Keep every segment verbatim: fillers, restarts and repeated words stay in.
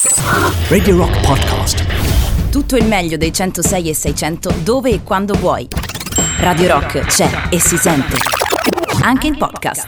Radio Rock Podcast. Tutto il meglio dei centosei e seicento dove e quando vuoi. Radio Rock c'è e si sente anche in podcast.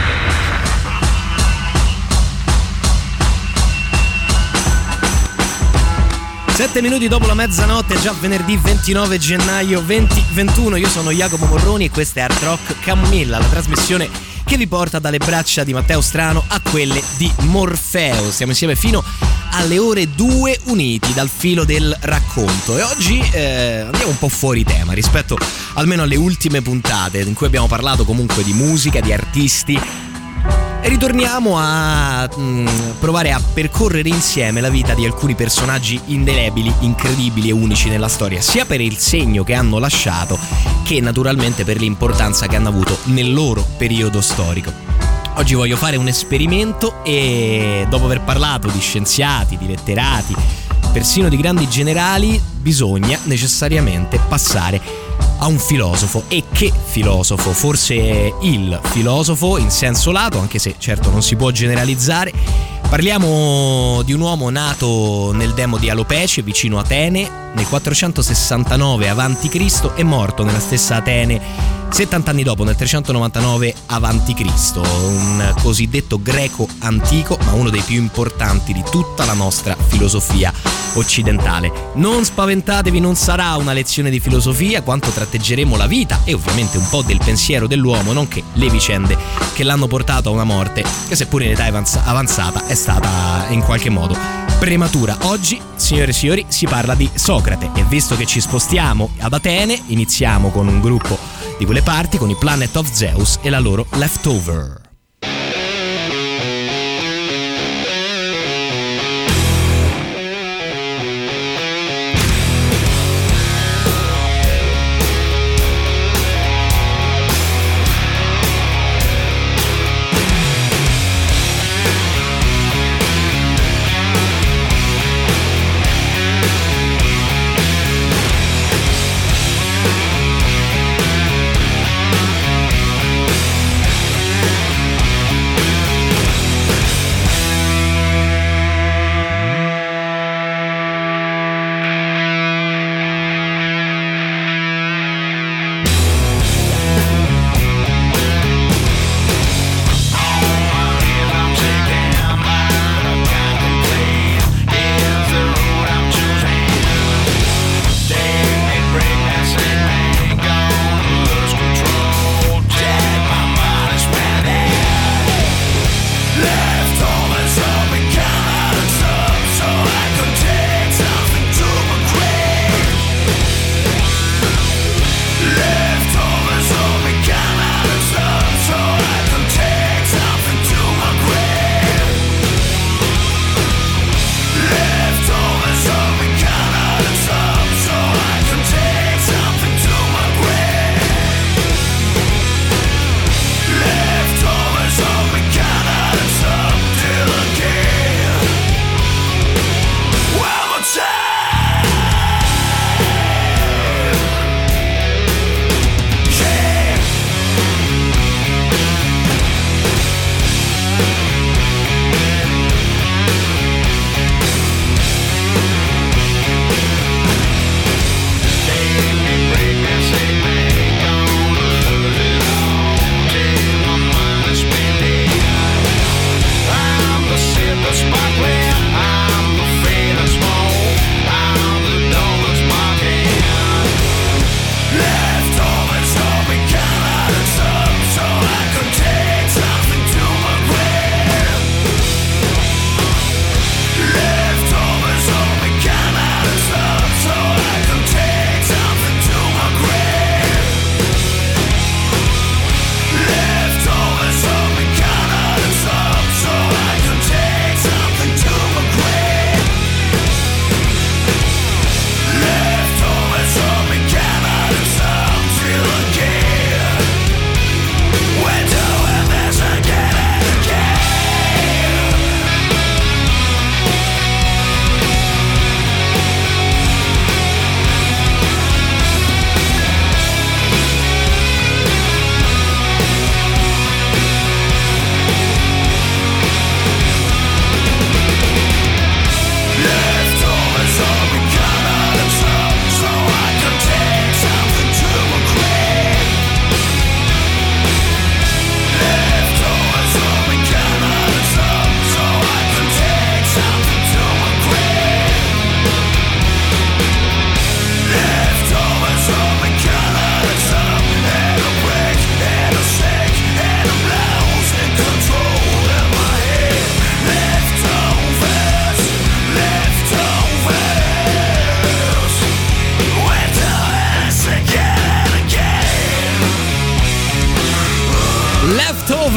Sette minuti dopo la mezzanotte, già venerdì ventinove gennaio duemilaventuno. Io sono Jacopo Morroni e questa è Hard Rock Camilla, la trasmissione che vi porta dalle braccia di Matteo Strano a quelle di Morfeo. Stiamo insieme fino alle ore due, uniti dal filo del racconto, e oggi eh, andiamo un po' fuori tema rispetto almeno alle ultime puntate in cui abbiamo parlato comunque di musica, di artisti, e ritorniamo a mh, provare a percorrere insieme la vita di alcuni personaggi indelebili, incredibili e unici nella storia, sia per il segno che hanno lasciato che naturalmente per l'importanza che hanno avuto nel loro periodo storico. Oggi voglio fare un esperimento e dopo aver parlato di scienziati, di letterati, persino di grandi generali, bisogna necessariamente passare a un filosofo. E che filosofo? Forse il filosofo in senso lato, anche se certo non si può generalizzare. Parliamo di un uomo nato nel demo di Alopece, vicino Atene, nel quattrocentosessantanove avanti Cristo e morto nella stessa Atene settanta anni dopo, nel trecentonovantanove avanti Cristo, un cosiddetto greco antico, ma uno dei più importanti di tutta la nostra filosofia occidentale. Non spaventatevi, non sarà una lezione di filosofia quanto tratteggeremo la vita e ovviamente un po' del pensiero dell'uomo, nonché le vicende che l'hanno portato a una morte che, seppur in età avanzata, è stata in qualche modo prematura. Oggi, signore e signori, si parla di Socrate, e visto che ci spostiamo ad Atene, iniziamo con un gruppo di quelle parti, con i Planet of Zeus e la loro Leftover.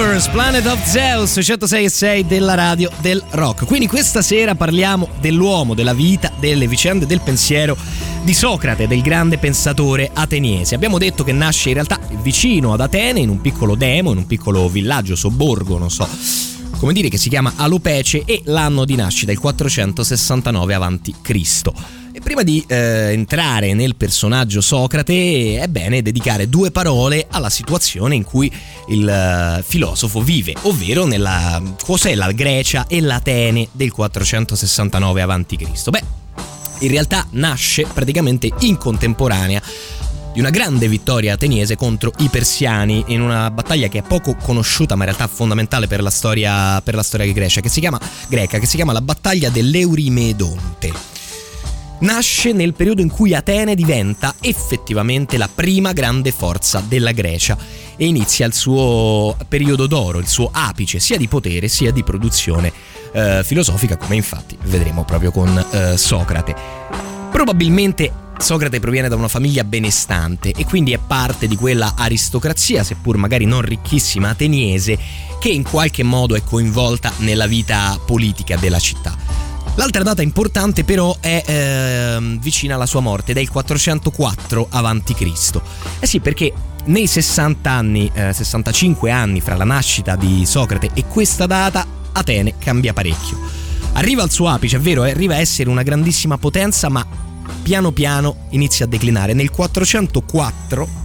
Philosophers, Planet of Zeus, centosei e sei della radio del rock. Quindi questa sera parliamo dell'uomo, della vita, delle vicende del pensiero di Socrate, del grande pensatore ateniese. Abbiamo detto che nasce in realtà vicino ad Atene, in un piccolo demo, in un piccolo villaggio, sobborgo, non so come dire, che si chiama Alopece, e l'anno di nascita è il quattrocentosessantanove avanti Cristo. E prima di eh, entrare nel personaggio Socrate è bene dedicare due parole alla situazione in cui il uh, filosofo vive, ovvero nella cos'è la Grecia e l'Atene del quattrocentosessantanove avanti Cristo. Beh, in realtà nasce praticamente in contemporanea di una grande vittoria ateniese contro i persiani in una battaglia che è poco conosciuta ma in realtà fondamentale per la storia per la storia greca, che si chiama greca, che si chiama la battaglia dell'Eurimedonte. Nasce nel periodo in cui Atene diventa effettivamente la prima grande forza della Grecia e inizia il suo periodo d'oro, il suo apice sia di potere sia di produzione eh, filosofica, come infatti vedremo proprio con eh, Socrate. Probabilmente Socrate proviene da una famiglia benestante e quindi è parte di quella aristocrazia, seppur magari non ricchissima, ateniese, che in qualche modo è coinvolta nella vita politica della città. L'altra data importante però è eh, vicina alla sua morte, ed è il quattrocentoquattro avanti Cristo. Eh sì, perché nei sessanta anni, eh, sessantacinque anni fra la nascita di Socrate e questa data, Atene cambia parecchio. Arriva al suo apice, è vero, arriva a essere una grandissima potenza, ma piano piano inizia a declinare. Nel quattrocentoquattro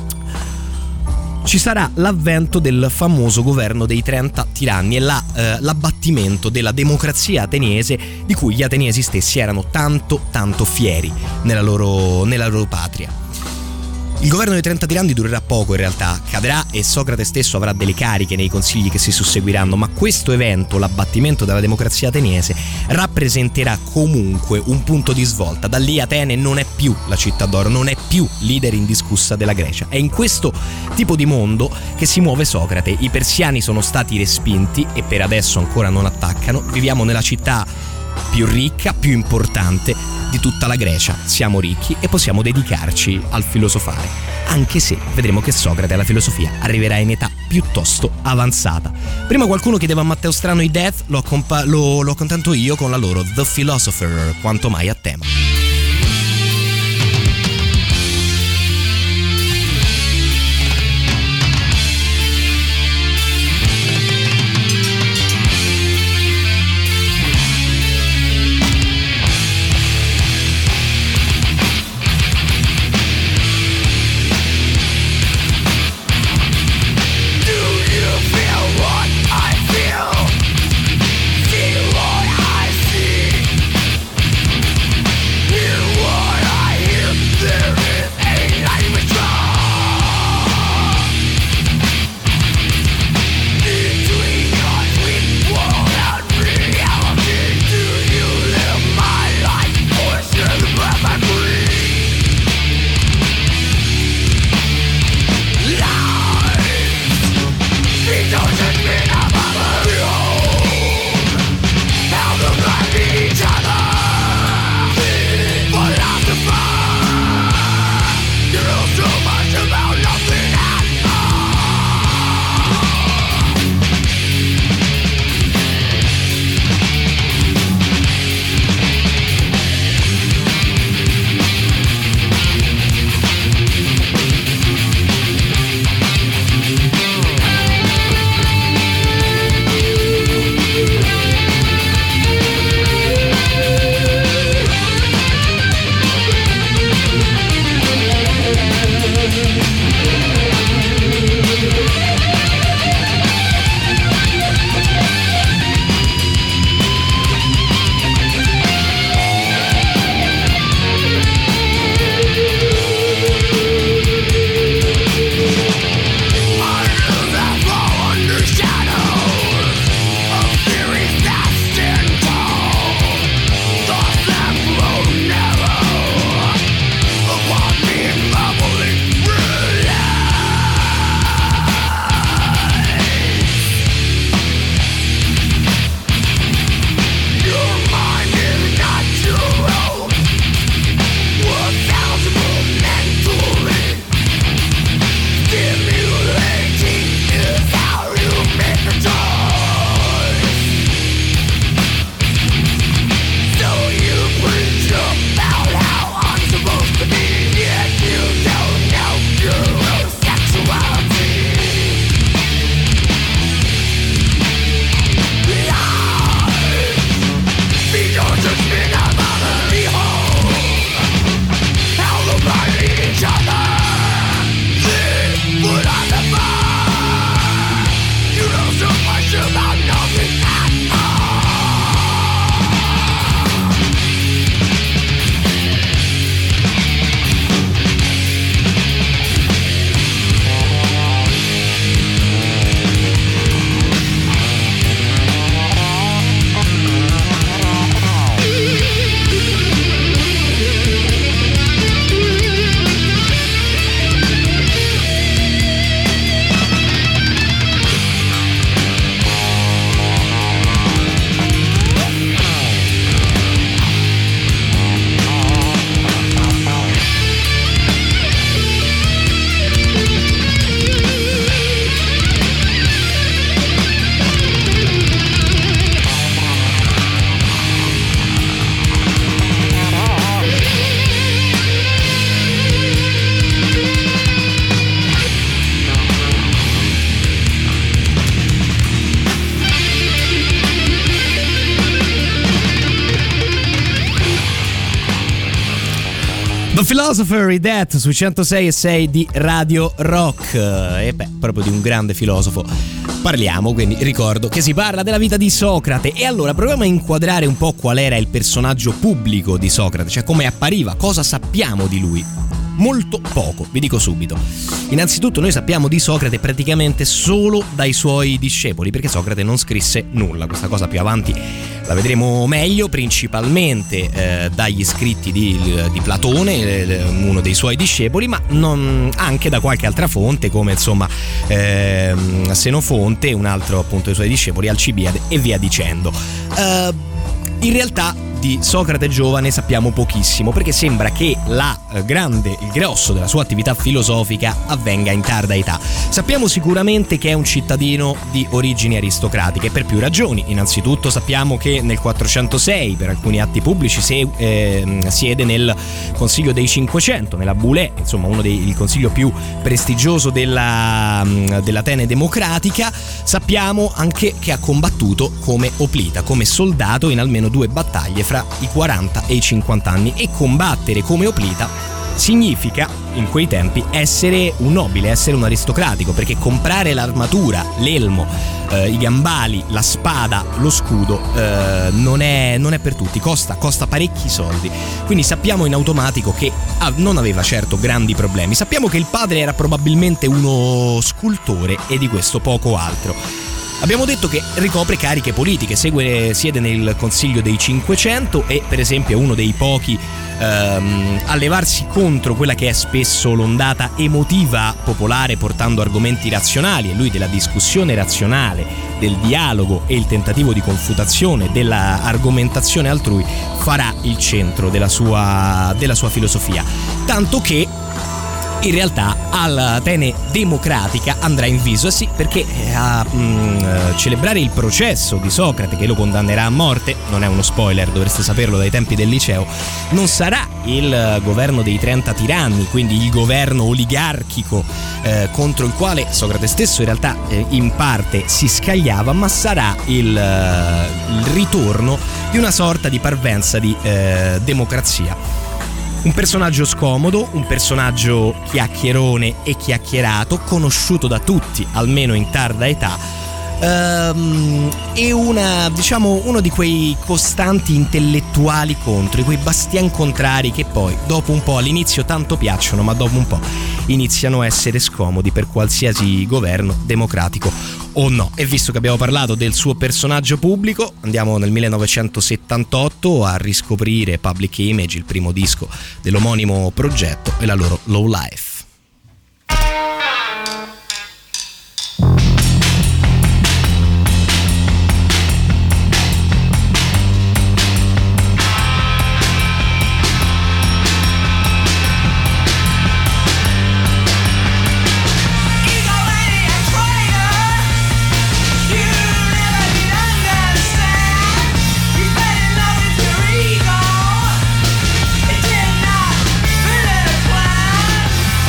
ci sarà l'avvento del famoso governo dei trenta tiranni e la, eh, l'abbattimento della democrazia ateniese, di cui gli ateniesi stessi erano tanto tanto fieri nella loro, nella loro patria. Il governo dei trenta tiranni durerà poco in realtà, cadrà e Socrate stesso avrà delle cariche nei consigli che si susseguiranno, ma questo evento, l'abbattimento della democrazia ateniese, rappresenterà comunque un punto di svolta. Da lì Atene non è più la città d'oro, non è più leader indiscussa della Grecia. È in questo tipo di mondo che si muove Socrate. I persiani sono stati respinti e per adesso ancora non attaccano. Viviamo nella città più ricca, più importante di tutta la Grecia. Siamo ricchi e possiamo dedicarci al filosofare, anche se vedremo che Socrate alla filosofia arriverà in età piuttosto avanzata. Prima qualcuno chiedeva a Matteo Strano i Death, lo, accompa- lo, lo accontento io con la loro The Philosopher, quanto mai a tema. See what I see. The Philosopher is Dead sui centosei e sei di Radio Rock. E beh, proprio di un grande filosofo parliamo, quindi ricordo che si parla della vita di Socrate. E allora proviamo a inquadrare un po' qual era il personaggio pubblico di Socrate, cioè come appariva, cosa sappiamo di lui. Molto poco, vi dico subito. Innanzitutto noi sappiamo di Socrate praticamente solo dai suoi discepoli, perché Socrate non scrisse nulla. Questa cosa più avanti la vedremo meglio, principalmente eh, dagli scritti di, di Platone, eh, uno dei suoi discepoli, ma non, anche da qualche altra fonte come insomma eh, Senofonte, un altro appunto dei suoi discepoli, Alcibiade e via dicendo. Uh, in realtà di Socrate giovane sappiamo pochissimo, perché sembra che la eh, grande, il grosso della sua attività filosofica avvenga in tarda età. Sappiamo sicuramente che è un cittadino di origini aristocratiche per più ragioni. Innanzitutto sappiamo che nel quattrocentosei per alcuni atti pubblici se, eh, siede nel Consiglio dei Cinquecento, nella Boulé, insomma uno dei il consiglio più prestigioso della, dell'Atene democratica. Sappiamo anche che ha combattuto come oplita, come soldato in almeno due battaglie fra i quaranta e i cinquanta anni, e combattere come oplita significa in quei tempi essere un nobile, essere un aristocratico, perché comprare l'armatura, l'elmo, eh, i gambali, la spada, lo scudo eh, non è, non è per tutti, costa, costa parecchi soldi. Quindi sappiamo in automatico che ah, non aveva certo grandi problemi. Sappiamo che il padre era probabilmente uno scultore e di questo poco altro. Abbiamo detto che ricopre cariche politiche, segue, siede nel Consiglio dei Cinquecento e per esempio è uno dei pochi ehm, a levarsi contro quella che è spesso l'ondata emotiva popolare portando argomenti razionali, e lui della discussione razionale, del dialogo e il tentativo di confutazione della argomentazione altrui farà il centro della sua, della sua filosofia, tanto che in realtà all'Atene democratica andrà in viso, sì, perché a mh, celebrare il processo di Socrate che lo condannerà a morte, non è uno spoiler, dovreste saperlo dai tempi del liceo, non sarà il governo dei trenta tiranni, quindi il governo oligarchico eh, contro il quale Socrate stesso in realtà eh, in parte si scagliava, ma sarà il, il ritorno di una sorta di parvenza di eh, democrazia. Un personaggio scomodo, un personaggio chiacchierone e chiacchierato, conosciuto da tutti, almeno in tarda età, ehm, e una, diciamo, uno di quei costanti intellettuali contro, quei bastian contrari che poi, dopo un po', all'inizio tanto piacciono, ma dopo un po' iniziano a essere scomodi per qualsiasi governo, democratico o no. E visto che abbiamo parlato del suo personaggio pubblico, andiamo nel millenovecentosettantotto a riscoprire Public Image, il primo disco dell'omonimo progetto, e la loro Low Life. It did not fit in a plan.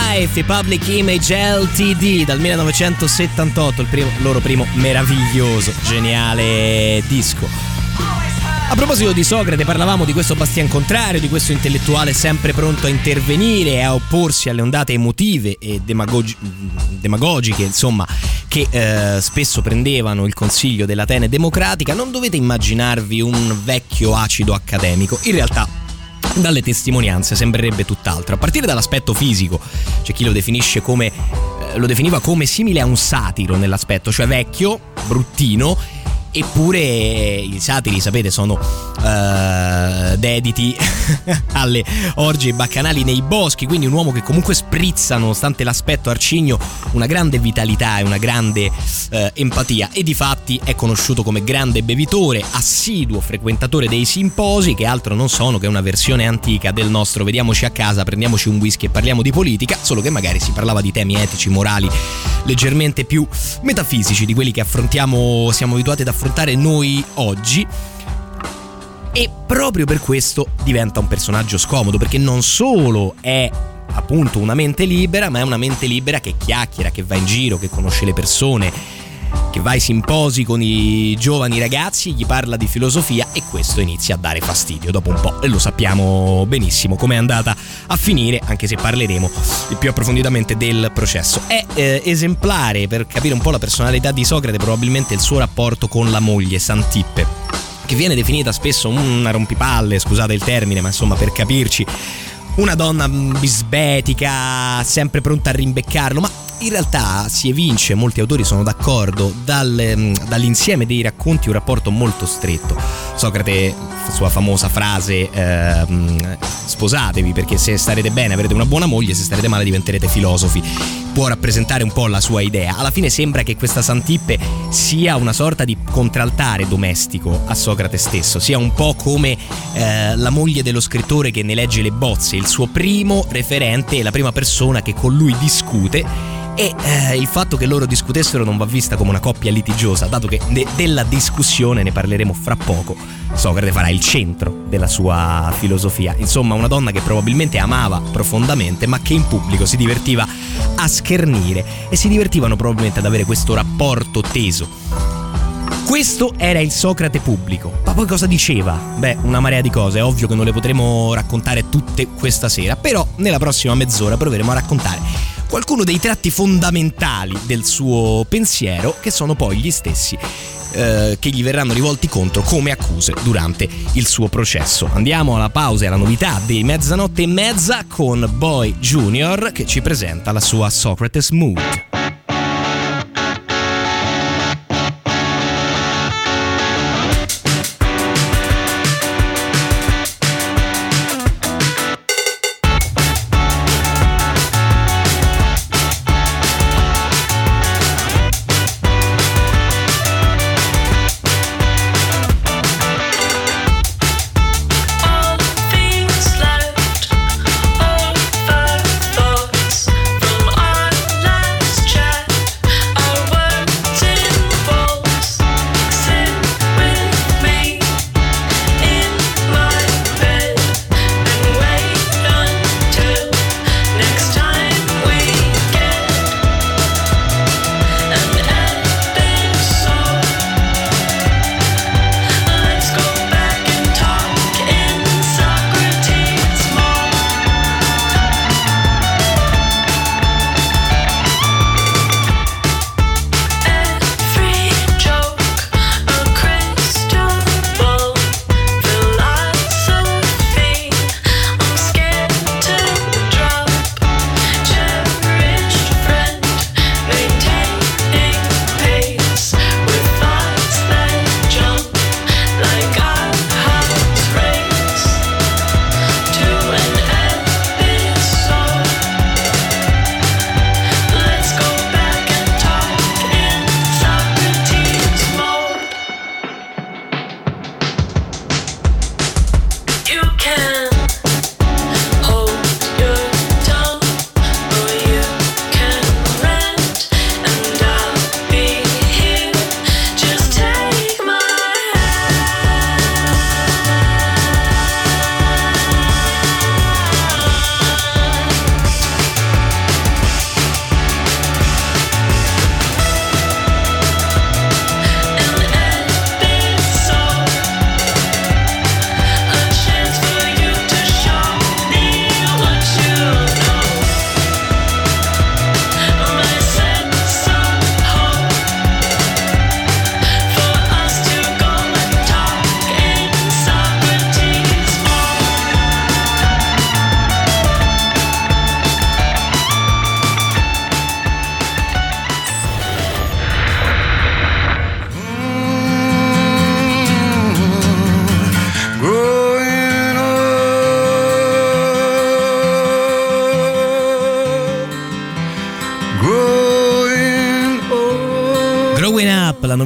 Life, Public Image L T D dal millenovecentosettantotto, il primo, loro primo meraviglioso, geniale disco. A proposito di Socrate, parlavamo di questo bastian contrario, di questo intellettuale sempre pronto a intervenire e a opporsi alle ondate emotive e demagogi- demagogiche, insomma, che eh, spesso prendevano il consiglio dell'Atene democratica. Non dovete immaginarvi un vecchio acido accademico, in realtà dalle testimonianze sembrerebbe tutt'altro, a partire dall'aspetto fisico. C'è chi lo definisce come eh, lo definiva come simile a un satiro nell'aspetto, cioè vecchio, bruttino. Eppure i satiri, sapete, sono uh, dediti alle orge baccanali nei boschi, quindi un uomo che comunque sprizza, nonostante l'aspetto arcigno, una grande vitalità e una grande uh, empatia, e difatti è conosciuto come grande bevitore, assiduo frequentatore dei simposi, che altro non sono che una versione antica del nostro vediamoci a casa, prendiamoci un whisky e parliamo di politica, solo che magari si parlava di temi etici, morali, leggermente più metafisici di quelli che affrontiamo, siamo abituati ad affrontare noi oggi. E proprio per questo diventa un personaggio scomodo, perché non solo è appunto una mente libera, ma è una mente libera che chiacchiera, che va in giro, che conosce le persone, che va ai simposi con i giovani ragazzi, gli parla di filosofia, e questo inizia a dare fastidio dopo un po', e lo sappiamo benissimo come è andata a finire, anche se parleremo più approfonditamente del processo. È eh, esemplare per capire un po' la personalità di Socrate probabilmente il suo rapporto con la moglie Santippe, che viene definita spesso una rompipalle, scusate il termine, ma insomma, per capirci, una donna bisbetica, sempre pronta a rimbeccarlo, ma in realtà si evince, molti autori sono d'accordo, dal, dall'insieme dei racconti un rapporto molto stretto. Socrate, sua famosa frase, eh, sposatevi perché se starete bene avrete una buona moglie, se starete male diventerete filosofi, può rappresentare un po' la sua idea. Alla fine sembra che questa Santippe sia una sorta di contraltare domestico a Socrate stesso, sia un po' come eh, la moglie dello scrittore che ne legge le bozze, il suo primo referente e la prima persona che con lui discute. E eh, il fatto che loro discutessero non va vista come una coppia litigiosa, dato che de- della discussione ne parleremo fra poco. Socrate farà il centro della sua filosofia. Insomma, una donna che probabilmente amava profondamente, ma che in pubblico si divertiva a schernire, e si divertivano probabilmente ad avere questo rapporto teso. Questo era il Socrate pubblico. Ma poi cosa diceva? Beh, una marea di cose, è ovvio che non le potremo raccontare tutte questa sera, però nella prossima mezz'ora proveremo a raccontare qualcuno dei tratti fondamentali del suo pensiero, che sono poi gli stessi eh, che gli verranno rivolti contro come accuse durante il suo processo. Andiamo alla pausa e alla novità di Mezzanotte e Mezza con Boy Junior, che ci presenta la sua Socrates Mood. Thoughts from our last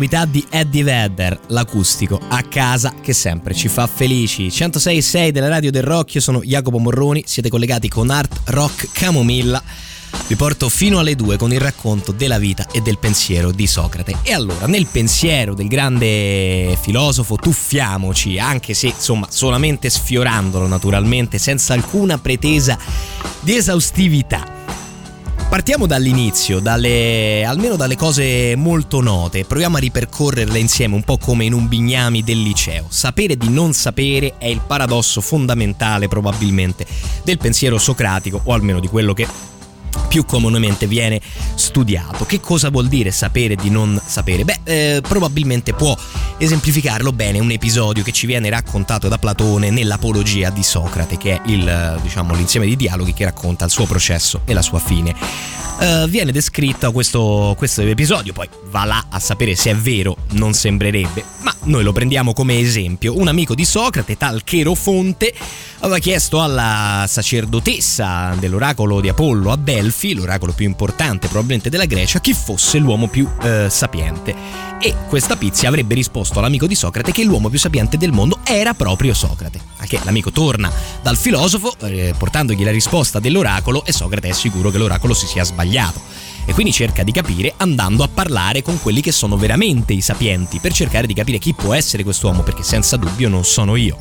novità di Eddie Vedder, l'acustico a casa che sempre ci fa felici. centosei e sei della Radio del Rock, io sono Jacopo Morroni, siete collegati con Art Rock Camomilla. Vi porto fino alle due con il racconto della vita e del pensiero di Socrate. E allora, nel pensiero del grande filosofo tuffiamoci, anche se insomma solamente sfiorandolo naturalmente, senza alcuna pretesa di esaustività. Partiamo dall'inizio, dalle, almeno dalle cose molto note, proviamo a ripercorrerle insieme un po' come in un bignami del liceo. Sapere di non sapere è il paradosso fondamentale probabilmente del pensiero socratico, o almeno di quello che più comunemente viene studiato. Che cosa vuol dire sapere di non sapere? Beh, eh, probabilmente può esemplificarlo bene un episodio che ci viene raccontato da Platone nell'Apologia di Socrate, che è il, diciamo, l'insieme di dialoghi che racconta il suo processo e la sua fine. Uh, viene descritto questo, questo episodio, poi va là a sapere se è vero, non sembrerebbe, ma noi lo prendiamo come esempio. Un amico di Socrate, tal Cherofonte, aveva chiesto alla sacerdotessa dell'oracolo di Apollo a Delfi, l'oracolo più importante probabilmente della Grecia, chi fosse l'uomo più uh, sapiente. E questa Pizia avrebbe risposto all'amico di Socrate che l'uomo più sapiente del mondo era proprio Socrate. A che l'amico torna dal filosofo eh, portandogli la risposta dell'oracolo, e Socrate è sicuro che l'oracolo si sia sbagliato. E quindi cerca di capire andando a parlare con quelli che sono veramente i sapienti, per cercare di capire chi può essere quest'uomo, perché senza dubbio non sono io.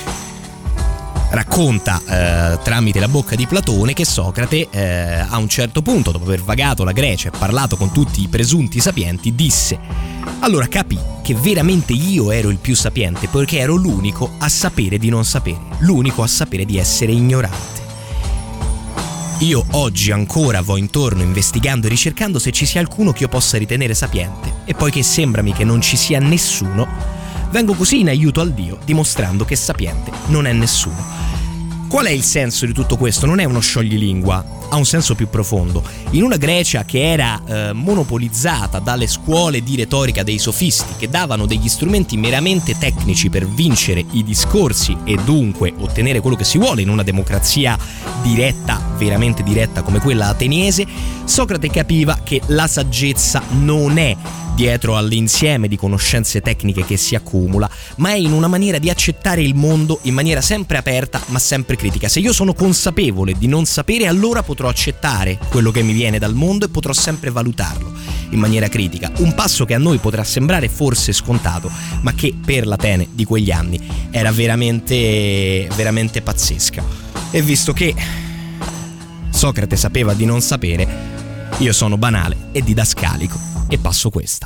Racconta eh, tramite la bocca di Platone che Socrate eh, a un certo punto, dopo aver vagato la Grecia e parlato con tutti i presunti sapienti, disse: allora capì che veramente io ero il più sapiente, perché ero l'unico a sapere di non sapere, l'unico a sapere di essere ignorante. Io oggi ancora vo intorno investigando e ricercando se ci sia qualcuno che io possa ritenere sapiente, e poiché sembrami che non ci sia nessuno, vengo così in aiuto al Dio, dimostrando che sapiente non è nessuno. Qual è il senso di tutto questo? Non è uno scioglilingua, ha un senso più profondo. In una Grecia che era eh, monopolizzata dalle scuole di retorica dei sofisti, che davano degli strumenti meramente tecnici per vincere i discorsi e dunque ottenere quello che si vuole in una democrazia diretta, veramente diretta come quella ateniese, Socrate capiva che la saggezza non è dietro all'insieme di conoscenze tecniche che si accumula, ma è in una maniera di accettare il mondo in maniera sempre aperta ma sempre critica. Se io sono consapevole di non sapere, allora potrò accettare quello che mi viene dal mondo e potrò sempre valutarlo in maniera critica. Un passo che a noi potrà sembrare forse scontato, ma che per l'Atene di quegli anni era veramente, veramente pazzesca. E visto che Socrate sapeva di non sapere, io sono banale e didascalico e passo questa.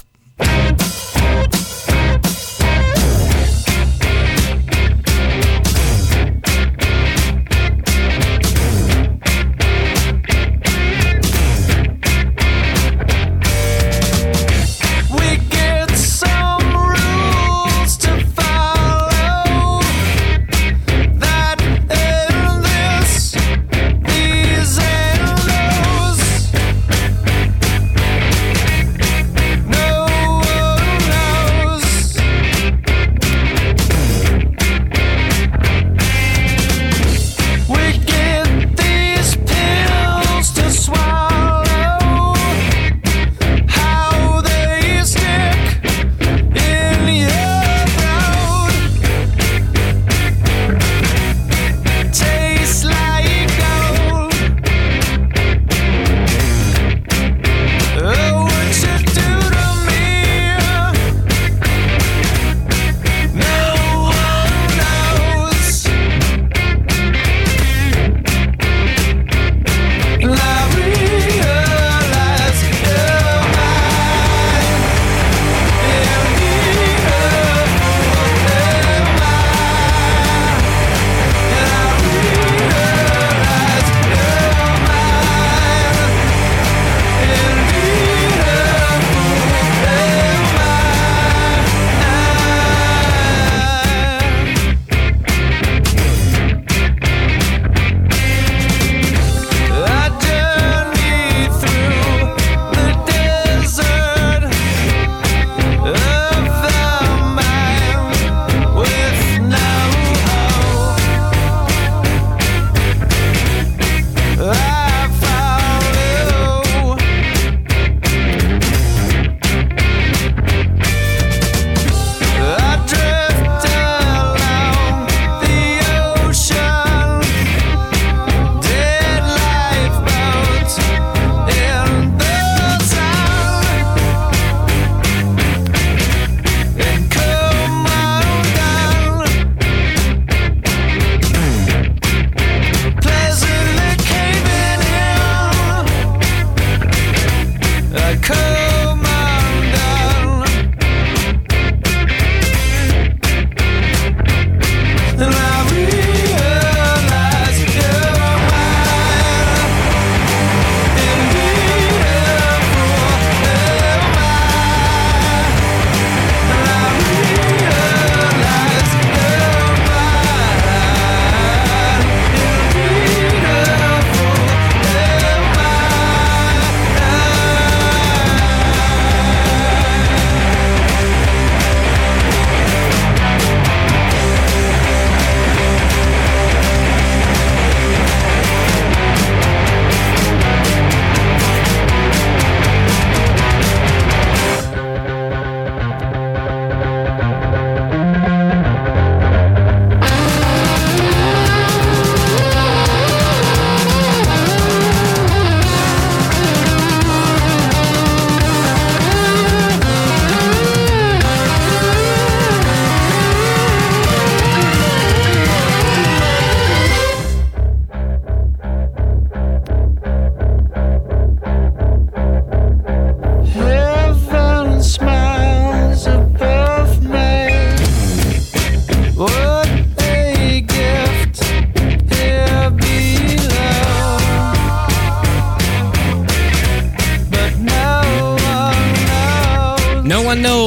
No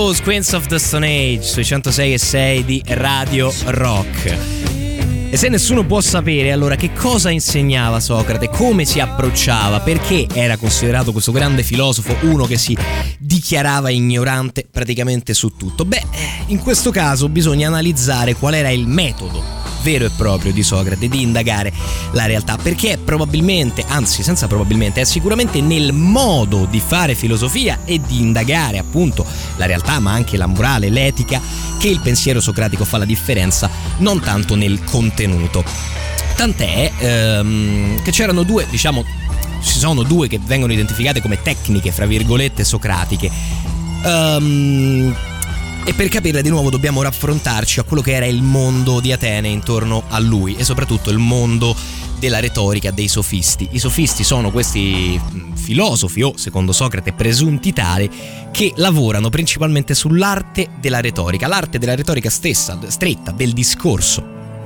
Beatles, Queens of the Stone Age, sui centosei e sei di Radio Rock. E se nessuno può sapere, allora che cosa insegnava Socrate, come si approcciava, perché era considerato questo grande filosofo, uno che si dichiarava ignorante praticamente su tutto? Beh, in questo caso bisogna analizzare qual era il metodo vero e proprio di Socrate di indagare la realtà, perché è probabilmente, anzi senza probabilmente, è sicuramente nel modo di fare filosofia e di indagare appunto la realtà, ma anche la morale, l'etica, che il pensiero socratico fa la differenza, non tanto nel contenuto. Tant'è ehm, che c'erano due, diciamo, ci sono due che vengono identificate come tecniche, fra virgolette, socratiche. Um, E per capirla di nuovo dobbiamo raffrontarci a quello che era il mondo di Atene intorno a lui, e soprattutto il mondo della retorica dei sofisti. I sofisti sono questi filosofi, o secondo Socrate presunti tali, che lavorano principalmente sull'arte della retorica, l'arte della retorica stessa, stretta, del discorso.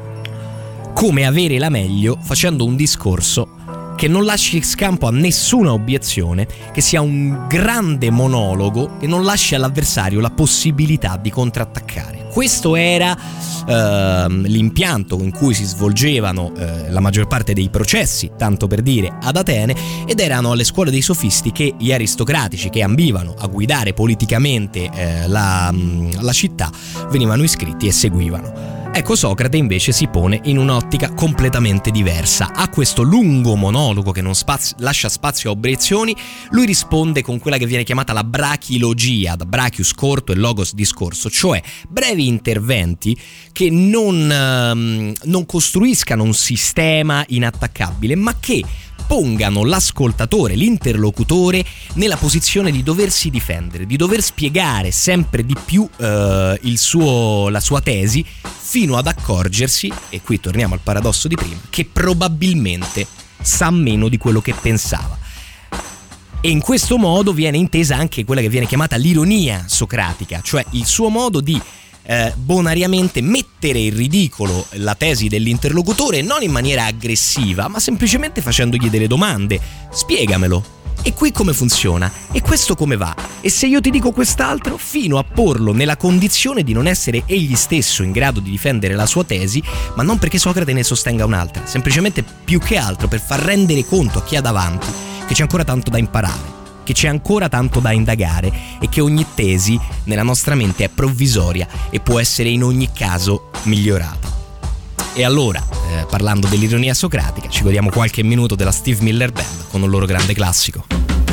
Come avere la meglio facendo un discorso che non lasci scampo a nessuna obiezione, che sia un grande monologo che non lasci all'avversario la possibilità di contrattaccare. Questo era eh, l'impianto in cui si svolgevano eh, la maggior parte dei processi, tanto per dire, ad Atene, ed erano alle scuole dei sofisti che gli aristocratici che ambivano a guidare politicamente eh, la, la città venivano iscritti e seguivano. Ecco, Socrate invece si pone in un'ottica completamente diversa. A questo lungo monologo che non spazio, lascia spazio a obiezioni, lui risponde con quella che viene chiamata la brachilogia, da brachius corto e logos discorso, cioè brevi interventi che non, ehm, non costruiscano un sistema inattaccabile, ma che pongano l'ascoltatore, l'interlocutore, nella posizione di doversi difendere, di dover spiegare sempre di più eh, il suo, la sua tesi, fino ad accorgersi, e qui torniamo al paradosso di prima, che probabilmente sa meno di quello che pensava. E in questo modo viene intesa anche quella che viene chiamata l'ironia socratica, cioè il suo modo di Eh, bonariamente mettere in ridicolo la tesi dell'interlocutore, non in maniera aggressiva, ma semplicemente facendogli delle domande. Spiegamelo. E qui come funziona? E questo come va? E se io ti dico quest'altro? Fino a porlo nella condizione di non essere egli stesso in grado di difendere la sua tesi, ma non perché Socrate ne sostenga un'altra, semplicemente più che altro per far rendere conto a chi ha davanti che c'è ancora tanto da imparare, che c'è ancora tanto da indagare e che ogni tesi nella nostra mente è provvisoria e può essere in ogni caso migliorata. E allora, eh, parlando dell'ironia socratica, ci godiamo qualche minuto della Steve Miller Band con un loro grande classico.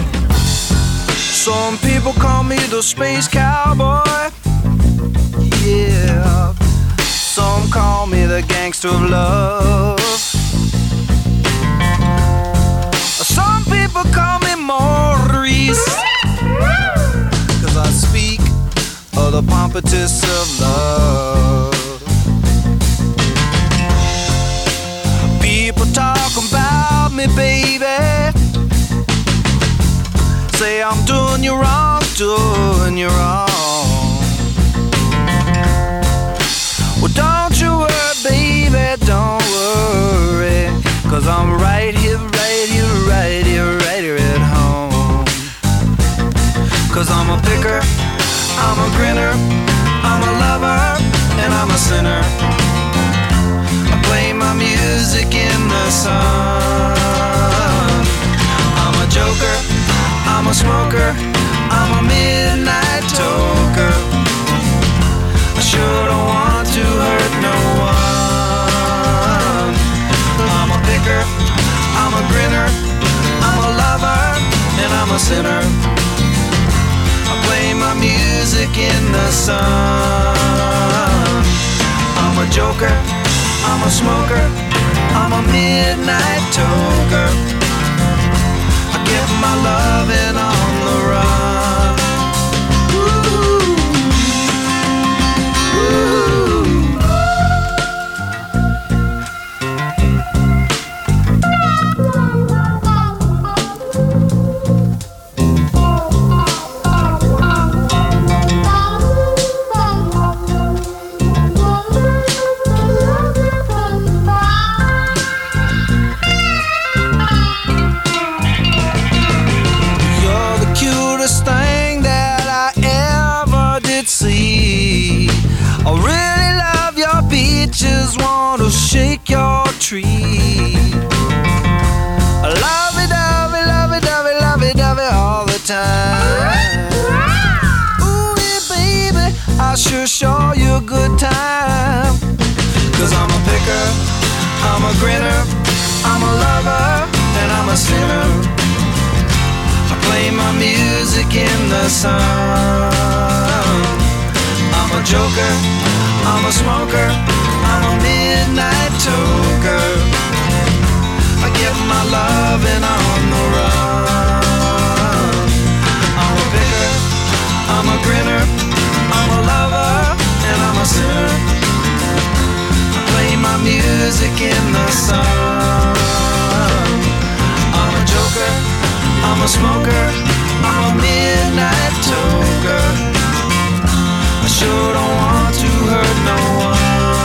Some people call me the space cowboy, yeah. Some call me the gangster of love. Some people call me Maurice, 'cause I speak of the pompatus of love. People talk about me, baby, say I'm doing you wrong, doing you wrong. Well, don't you worry, baby, don't worry, 'cause I'm right here, right here, right here, right here at home. 'Cause I'm a picker, I'm a grinner, I'm a lover, and I'm a sinner. I play my music in the sun. I'm a joker, I'm a smoker, I'm a midnight toker. I sure don't want to hurt no one. I'm a picker, I'm a grinner, I'm a lover, and I'm a sinner. I play my music in the sun. I'm a joker, I'm a smoker, I'm a midnight toker. I get my loving on the run. Ooh. Ooh. You're tree. Lovey-dovey, lovey-dovey, lovey-dovey all the time. Ooh, yeah, baby, I sure show you a good time. Cause I'm a picker, I'm a grinner, I'm a lover, and I'm a sinner. I play my music in the sun. I'm a joker, I'm a smoker, I'm a midnight toker. I get my loving on the run. I'm a picker, I'm a grinner, I'm a lover, and I'm a sinner. I play my music in the sun. I'm a joker, I'm a smoker, I'm a midnight toker. I sure don't want to hurt no one.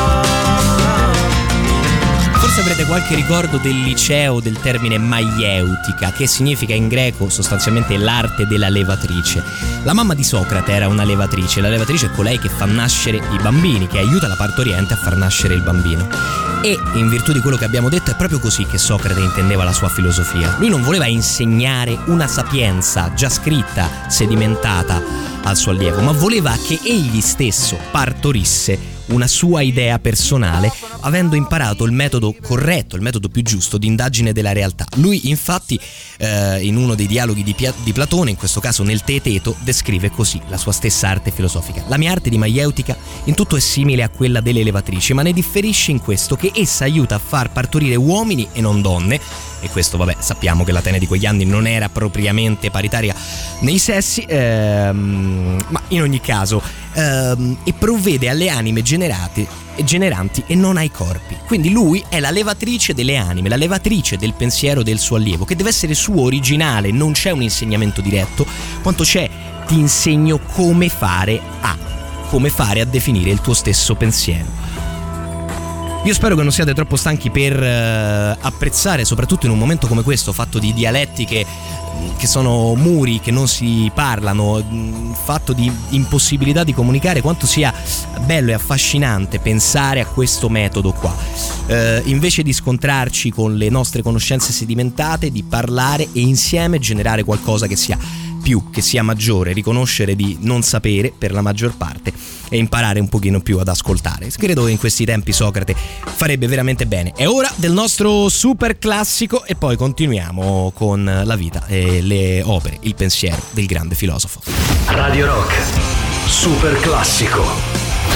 Forse avrete qualche ricordo del liceo del termine maieutica, che significa in greco sostanzialmente l'arte della levatrice. La mamma di Socrate era una levatrice. La levatrice è colei che fa nascere i bambini, che aiuta la partoriente a far nascere il bambino. E in virtù di quello che abbiamo detto è proprio così che Socrate intendeva la sua filosofia. Lui non voleva insegnare una sapienza già scritta, sedimentata al suo allievo, ma voleva che egli stesso partorisse una sua idea personale, avendo imparato il metodo corretto, il metodo più giusto di indagine della realtà. Lui infatti eh, in uno dei dialoghi di, Pia- di Platone, in questo caso nel Teeteto, descrive così la sua stessa arte filosofica. La mia arte di maieutica in tutto è simile a quella delle levatrici, ma ne differisce in questo che essa aiuta a far partorire uomini e non donne. E questo, vabbè, sappiamo che l'Atene di quegli anni non era propriamente paritaria nei sessi, ehm, ma in ogni caso ehm, e provvede alle anime generate e generanti e non ai corpi. Quindi lui è la levatrice delle anime, la levatrice del pensiero del suo allievo, che deve essere suo, originale. Non c'è un insegnamento diretto, quanto c'è ti insegno come fare a come fare a definire il tuo stesso pensiero. Io spero che non siate troppo stanchi per uh, apprezzare, soprattutto in un momento come questo, fatto di dialettiche che sono muri che non si parlano, fatto di impossibilità di comunicare, quanto sia bello e affascinante pensare a questo metodo qua. Uh, invece di scontrarci con le nostre conoscenze sedimentate, di parlare e insieme generare qualcosa che sia più, che sia maggiore, riconoscere di non sapere per la maggior parte e imparare un pochino più ad ascoltare. Credo che in questi tempi Socrate farebbe veramente bene. È ora del nostro super classico e poi continuiamo con la vita e le opere, il pensiero del grande filosofo. Radio Rock, super classico.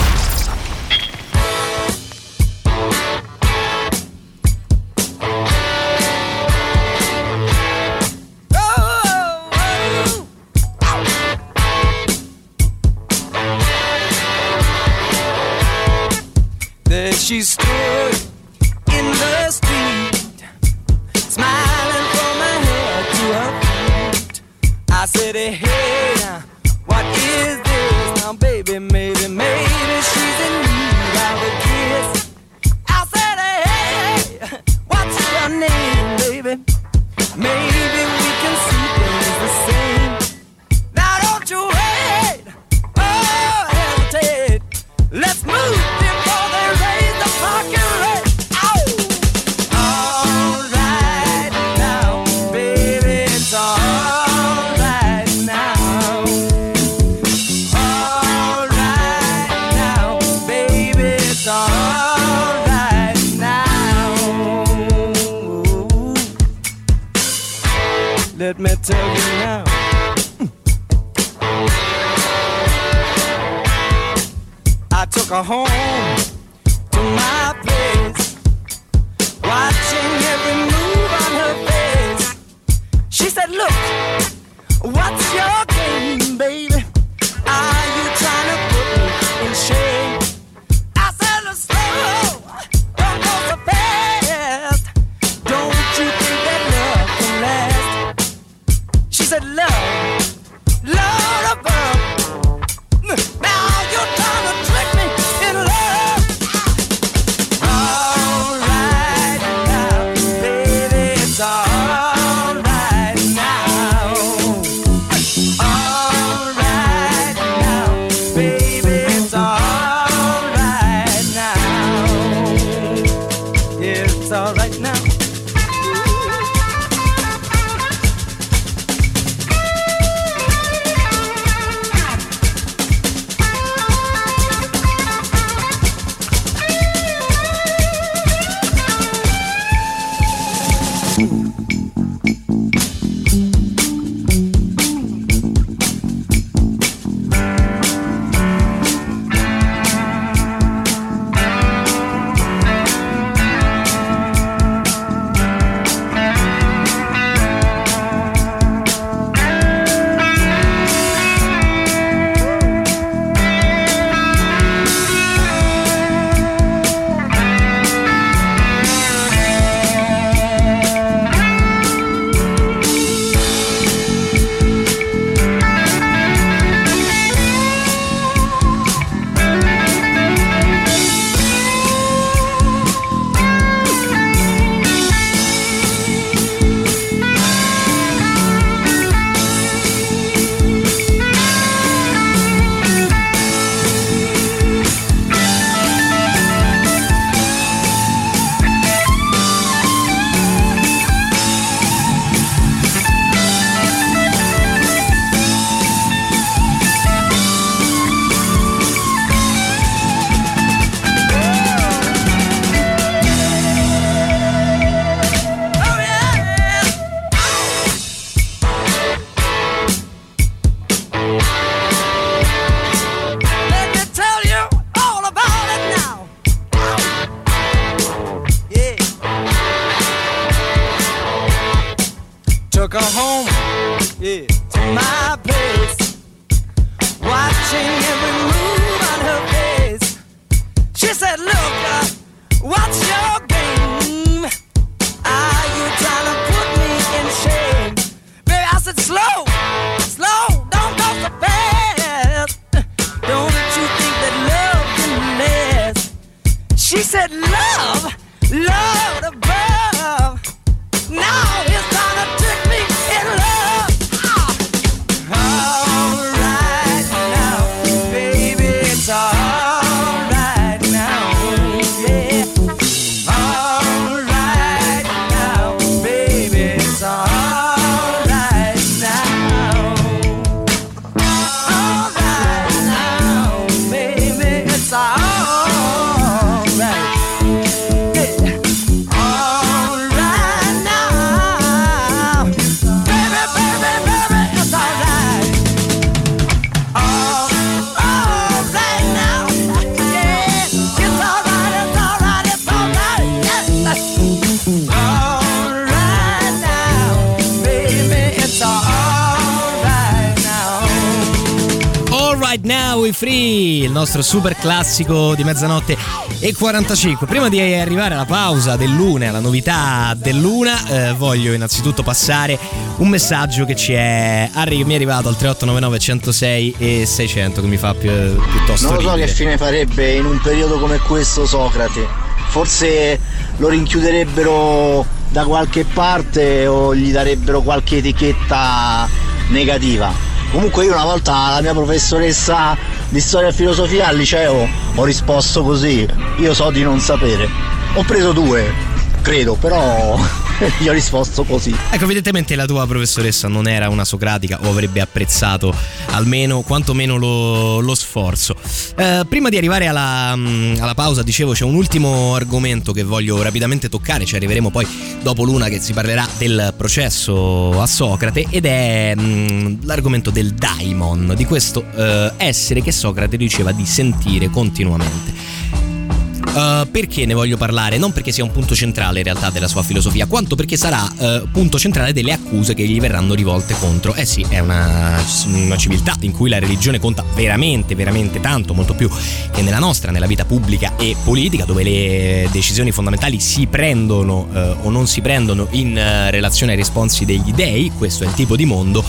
She stood in the street, smiling from her head to her feet. I said, hey, now, what is this? Now, baby, maybe, maybe she's in need of a kiss. I said, hey, what's your name, baby? Maybe we can see things the same. Now, don't you wait, oh, hesitate. Let's move before they raise the parking rate. Ow! All right now, baby, it's all right now. All right now, baby, it's all right now. Let me tell you now. I took her home to my place, watching every move on her face. She said, look, what's your game, baby? Are you trying to put me in shame? I said, look, slow, don't go so fast. Don't you think that love can last? She said, love, love above. Now you're trying to trick me in love. it's alright now. Took her home, yeah, to my place, watching every move on her face. She said, look, uh, what's your game? Are you trying to put me in shame? Baby, I said, slow, slow, don't go so fast. Don't you think that love can last? She said, love, love above. Now it's time to trick me in love. All right now, baby, it's all right now, yeah. All right now, baby, it's all right now. All right now, baby, it's all right. Right Now We Free, il nostro super classico di mezzanotte e quarantacinque. Prima di arrivare alla pausa dell'una, alla novità dell'una, eh, voglio innanzitutto passare un messaggio che ci è arri- mi è arrivato al tre otto nove nove uno zero sei e seicento, che mi fa più, piuttosto non lo so ridere. Che fine farebbe in un periodo come questo Socrate. Forse lo rinchiuderebbero da qualche parte o gli darebbero qualche etichetta negativa. Comunque io una volta alla mia professoressa di storia e filosofia al liceo ho risposto così: io so di non sapere. Ho preso due, credo, però gli ho risposto così. Ecco, evidentemente la tua professoressa non era una socratica o avrebbe apprezzato almeno quantomeno lo, lo sforzo. Eh, prima di arrivare alla, alla pausa, dicevo, c'è un ultimo argomento che voglio rapidamente toccare. Ci arriveremo poi dopo l'una, che si parlerà del processo a Socrate, ed è mh, l'argomento del daimon, di questo eh, essere che Socrate diceva di sentire continuamente. Uh, perché ne voglio parlare? Non perché sia un punto centrale in realtà della sua filosofia, quanto perché sarà uh, punto centrale delle accuse che gli verranno rivolte contro. Eh sì, è una, una civiltà in cui la religione conta veramente, veramente tanto, molto più che nella nostra, nella vita pubblica e politica, dove le decisioni fondamentali si prendono uh, o non si prendono in uh, relazione ai responsi degli dei. Questo è il tipo di mondo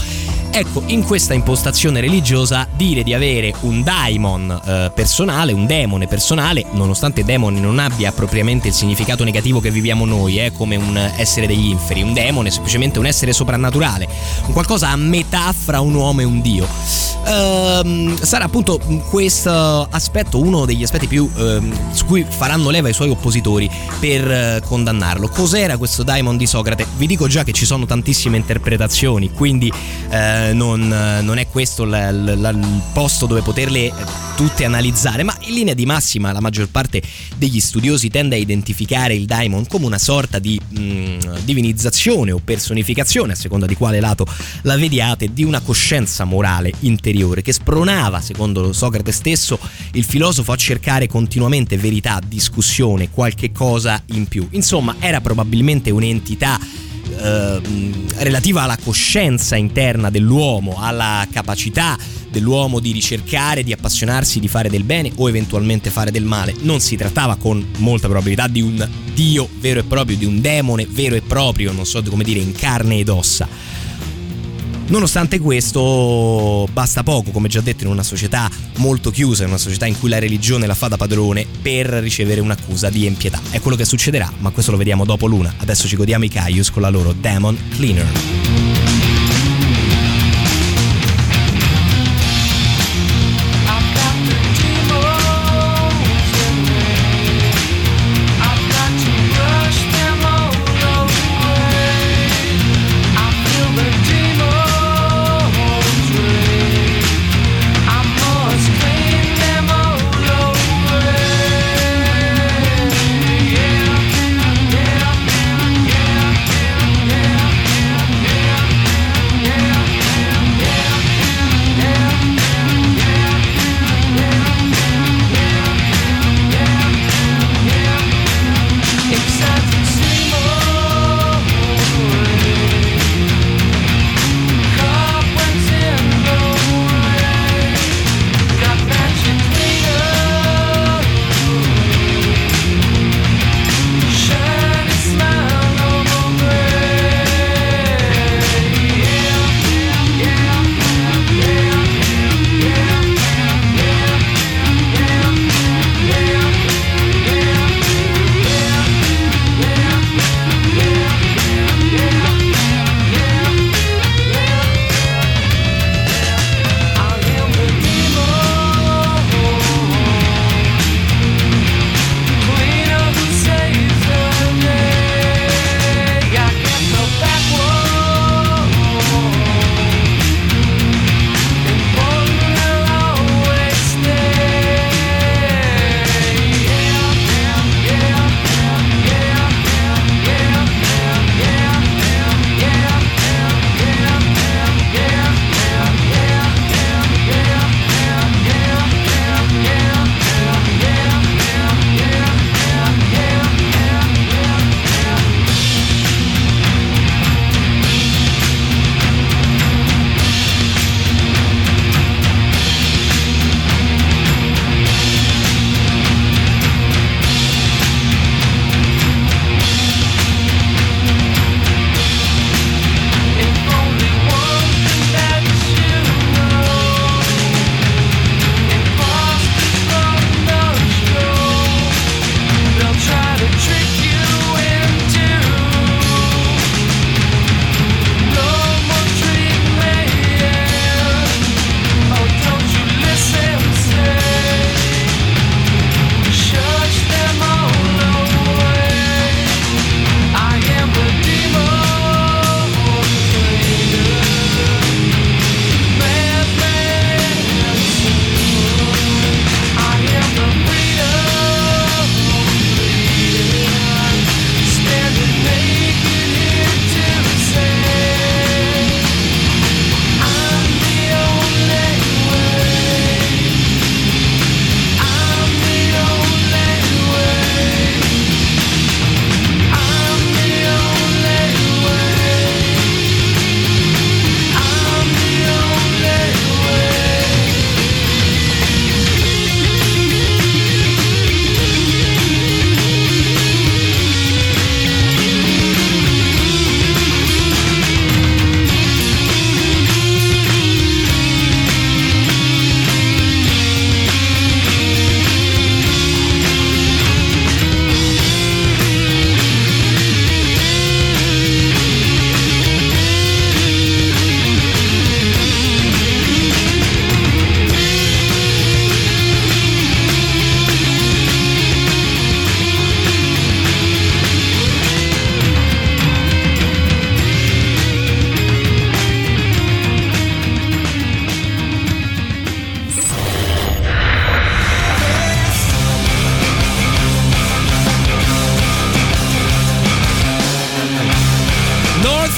Ecco, in questa impostazione religiosa dire di avere un daimon eh, personale, un demone personale, nonostante demone non abbia propriamente il significato negativo che viviamo noi, eh, come un essere degli inferi, un demone è semplicemente un essere soprannaturale, un qualcosa a metà fra un uomo e un dio. Ehm, sarà appunto questo aspetto uno degli aspetti più ehm, su cui faranno leva i suoi oppositori per eh, condannarlo. Cos'era questo daimon di Socrate? Vi dico già che ci sono tantissime interpretazioni, quindi eh, Non, non è questo l, l, l, il posto dove poterle tutte analizzare, ma in linea di massima la maggior parte degli studiosi tende a identificare il daimon come una sorta di mh, divinizzazione o personificazione, a seconda di quale lato la vediate, di una coscienza morale interiore che spronava, secondo Socrate stesso, il filosofo a cercare continuamente verità, discussione, qualche cosa in più. Insomma, era probabilmente un'entità Eh, relativa alla coscienza interna dell'uomo, alla capacità dell'uomo di ricercare, di appassionarsi, di fare del bene o eventualmente fare del male. Non si trattava con molta probabilità di un dio vero e proprio, di un demone vero e proprio, non so come dire, in carne ed ossa. Nonostante questo, basta poco, come già detto, in una società molto chiusa, in una società in cui la religione la fa da padrone, per ricevere un'accusa di impietà. È quello che succederà, ma questo lo vediamo dopo l'una. Adesso ci godiamo i Caius con la loro Demon Cleaner. Yeah.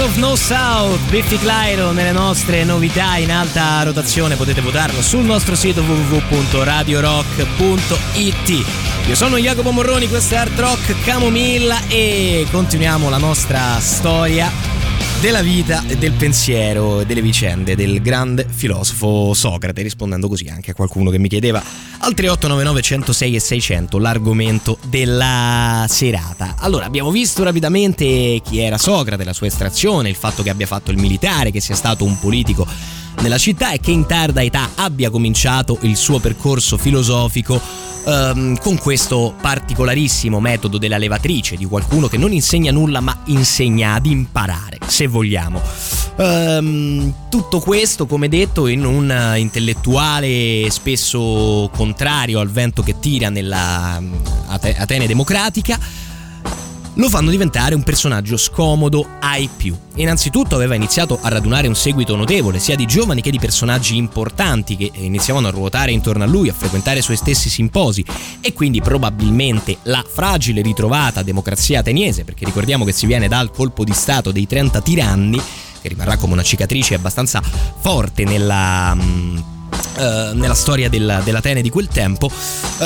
of No South, Biffy Clyro nelle nostre novità in alta rotazione. Potete votarlo sul nostro sito w w w punto radio rock punto i t. Io sono Jacopo Morroni, questo è Art Rock Camomilla e continuiamo la nostra storia della vita e del pensiero e delle vicende del grande filosofo Socrate, rispondendo così anche a qualcuno che mi chiedeva al tre otto nove nove uno zero sei e seicento l'argomento della serata. Allora, abbiamo visto rapidamente chi era Socrate, la sua estrazione, il fatto che abbia fatto il militare, che sia stato un politico nella città e che in tarda età abbia cominciato il suo percorso filosofico Um, con questo particolarissimo metodo della levatrice, di qualcuno che non insegna nulla ma insegna ad imparare, se vogliamo. Um, tutto questo, come detto, in un intellettuale spesso contrario al vento che tira nella Atene democratica, lo fanno diventare un personaggio scomodo ai più. Innanzitutto aveva iniziato a radunare un seguito notevole, sia di giovani che di personaggi importanti che iniziavano a ruotare intorno a lui, a frequentare i suoi stessi simposi, e quindi probabilmente la fragile ritrovata democrazia ateniese, perché ricordiamo che si viene dal colpo di stato dei trenta tiranni, che rimarrà come una cicatrice abbastanza forte nella... Mh, Uh, nella storia del, dell'Atene di quel tempo. uh,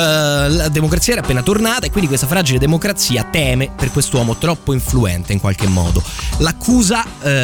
la democrazia era appena tornata e quindi questa fragile democrazia teme per quest'uomo troppo influente in qualche modo. L'accusa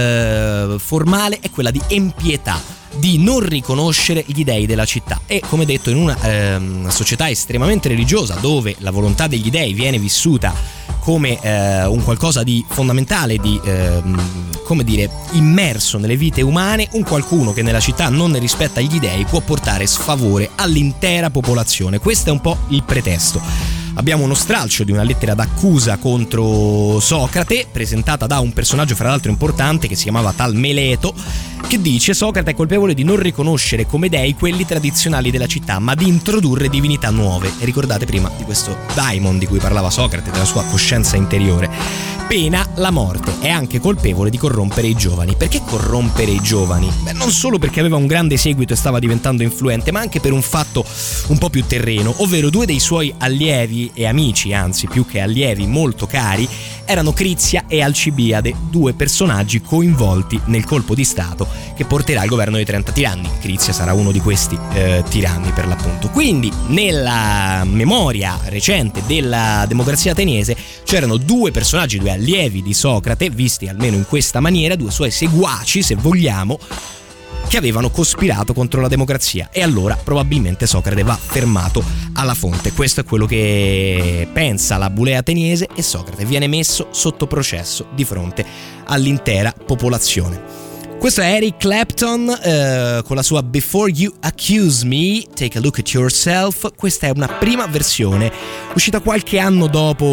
uh, formale è quella di empietà, di non riconoscere gli dei della città, e come detto in una uh, società estremamente religiosa dove la volontà degli dei viene vissuta come eh, un qualcosa di fondamentale, di eh, come dire, immerso nelle vite umane, un qualcuno che nella città non ne rispetta gli dei può portare sfavore all'intera popolazione. Questo è un po' il pretesto. Abbiamo uno stralcio di una lettera d'accusa contro Socrate, presentata da un personaggio fra l'altro importante che si chiamava tal Meleto, che dice: Socrate è colpevole di non riconoscere come dei quelli tradizionali della città, ma di introdurre divinità nuove. E ricordate prima di questo daimon di cui parlava Socrate, della sua coscienza interiore. Pena la morte. È anche colpevole di corrompere i giovani. Perché corrompere i giovani? Beh, non solo perché aveva un grande seguito e stava diventando influente, ma anche per un fatto un po' più terreno, ovvero due dei suoi allievi e amici, anzi più che allievi molto cari, erano Crizia e Alcibiade, due personaggi coinvolti nel colpo di stato che porterà il governo dei trenta tiranni. Crizia sarà uno di questi eh, tiranni per l'appunto. Quindi nella memoria recente della democrazia ateniese c'erano due personaggi, due allievi di Socrate, visti almeno in questa maniera, due suoi seguaci se vogliamo, che avevano cospirato contro la democrazia, e allora probabilmente Socrate va fermato alla fonte. Questo è quello che pensa la bulea ateniese, e Socrate viene messo sotto processo di fronte all'intera popolazione. Questo è Eric Clapton eh, con la sua Before You Accuse Me, Take a Look at Yourself. Questa è una prima versione uscita qualche anno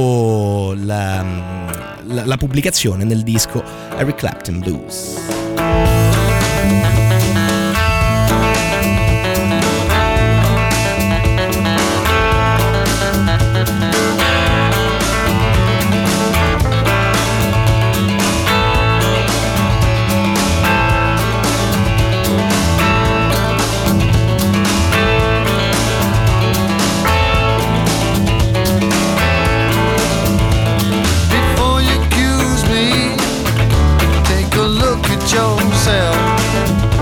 dopo la, la, la pubblicazione nel disco Eric Clapton Blues. Yourself.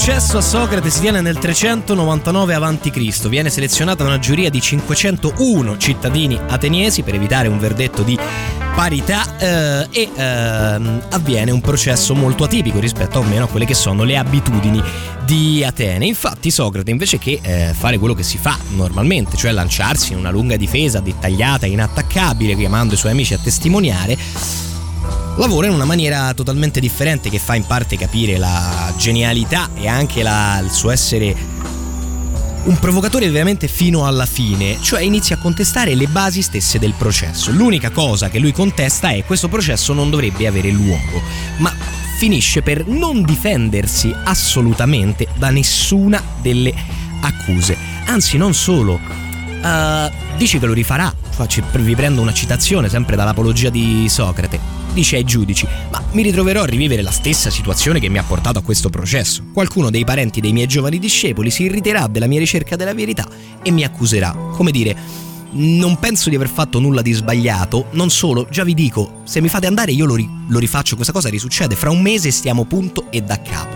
processo a Socrate si tiene nel trecentonovantanove avanti Cristo Viene selezionata una giuria di cinquecentouno cittadini ateniesi per evitare un verdetto di parità eh, e eh, avviene un processo molto atipico rispetto almeno a quelle che sono le abitudini di Atene. Infatti Socrate, invece che eh, fare quello che si fa normalmente, cioè lanciarsi in una lunga difesa dettagliata e inattaccabile chiamando i suoi amici a testimoniare, lavora in una maniera totalmente differente che fa in parte capire la genialità e anche la, il suo essere un provocatore veramente fino alla fine, cioè inizia a contestare le basi stesse del processo. L'unica cosa che lui contesta è che questo processo non dovrebbe avere luogo, ma finisce per non difendersi assolutamente da nessuna delle accuse. Anzi, non solo, uh, dice che lo rifarà. Vi prendo una citazione sempre dall'Apologia di Socrate. Dice ai giudici: ma mi ritroverò a rivivere la stessa situazione che mi ha portato a questo processo. Qualcuno dei parenti dei miei giovani discepoli si irriterà della mia ricerca della verità e mi accuserà. Come dire, non penso di aver fatto nulla di sbagliato. Non solo, già vi dico, se mi fate andare io lo, ri- lo rifaccio. Questa cosa risuccede, fra un mese stiamo punto e da capo.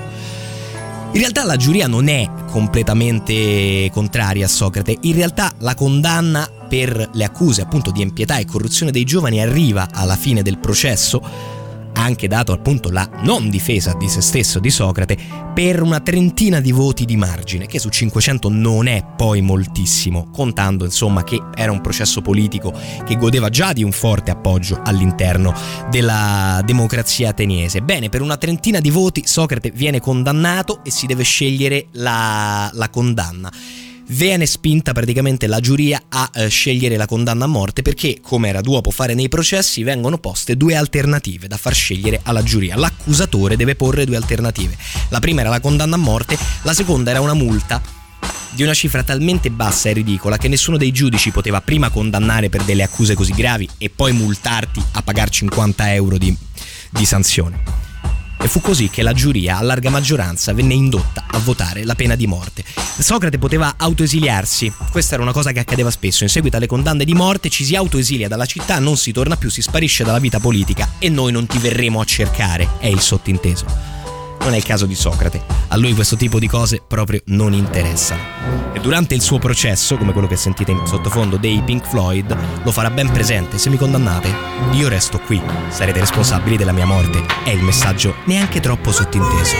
In realtà la giuria non è completamente contraria a Socrate. In realtà la condanna per le accuse appunto di impietà e corruzione dei giovani arriva alla fine del processo, anche dato appunto la non difesa di se stesso di Socrate, per una trentina di voti di margine, che su cinquecento non è poi moltissimo, contando insomma che era un processo politico che godeva già di un forte appoggio all'interno della democrazia ateniese. Bene, per una trentina di voti Socrate viene condannato e si deve scegliere la, la condanna. Viene spinta praticamente la giuria a eh, scegliere la condanna a morte perché, come era d'uopo fare nei processi, vengono poste due alternative da far scegliere alla giuria. L'accusatore deve porre due alternative. La prima era la condanna a morte, la seconda era una multa di una cifra talmente bassa e ridicola che nessuno dei giudici poteva prima condannare per delle accuse così gravi e poi multarti a pagare cinquanta euro di, di sanzione. E fu così che la giuria, a larga maggioranza, venne indotta a votare la pena di morte. Socrate poteva autoesiliarsi, questa era una cosa che accadeva spesso. In seguito alle condanne di morte ci si autoesilia dalla città, non si torna più, si sparisce dalla vita politica e noi non ti verremo a cercare, è il sottinteso. Non è il caso di Socrate, a lui questo tipo di cose proprio non interessano. E durante il suo processo, come quello che sentite in sottofondo dei Pink Floyd, lo farà ben presente: se mi condannate, io resto qui, sarete responsabili della mia morte. È il messaggio neanche troppo sottinteso.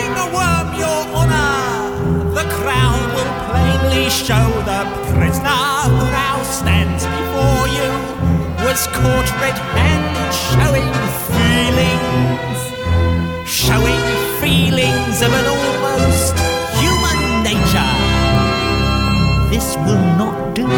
Showing feelings of an almost human nature. This will not do.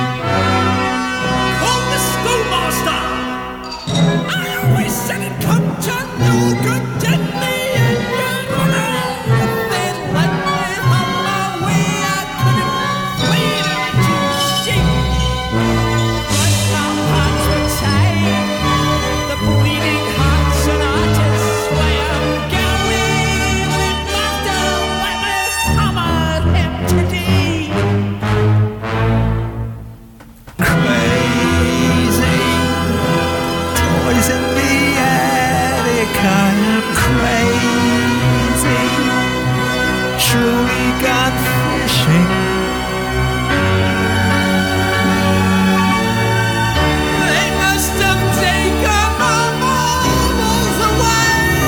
Call the schoolmaster! I always said it come to no good, didn't me? And you're gonna then let me on my way. I couldn't bleed into sheep. But my hearts would say the bleeding hearts and artists way I'm going with laughter. Let me hammer him today. Crazy toys in the attic. I'm crazy, truly gone fishing. They must have taken my marbles away.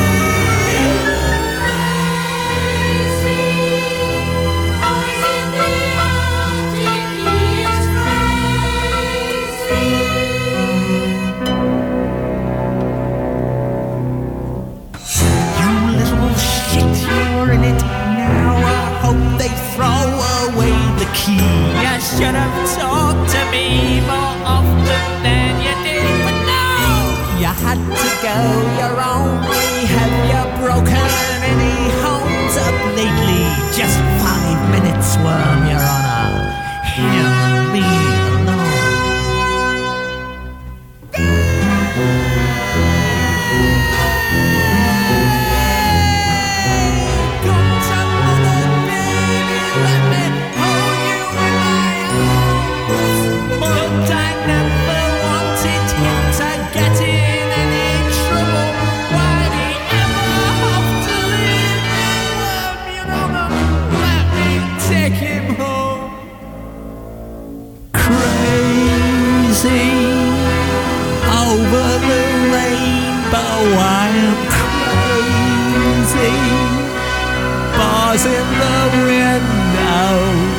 Crazy toys in the attic. He is crazy. You little shit, you're in it now. I hope they throw away the key. You should have talked to me more often than you did. But no, you had to go your own way. Have you broken any homes up lately? Just five minutes, worm, your honor. Him and me alone. Come to mother, baby, let me hold you in my arms. crazy over the rainbow. I am crazy. Bars in the window.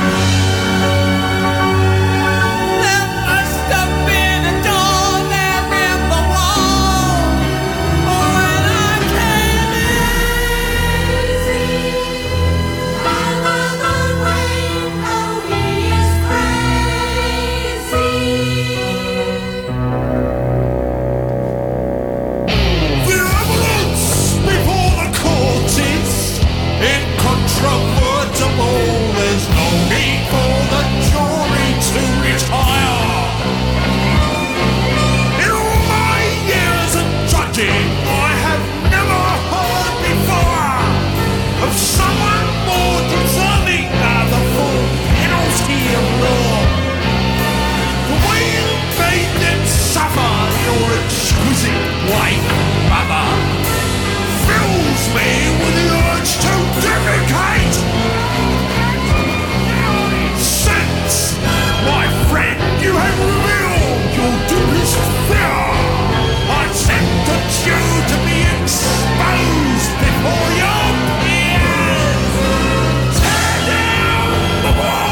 There's no need for the jury to retire. In all my years of judging, I have never heard before of someone more deserving of the full penalty of law. The way you made them suffer your exquisite wife, mother, fills me with the urge to defecate. My friend, you have revealed your deepest fear. I sentence you to be exposed before your peers. Tear down the wall.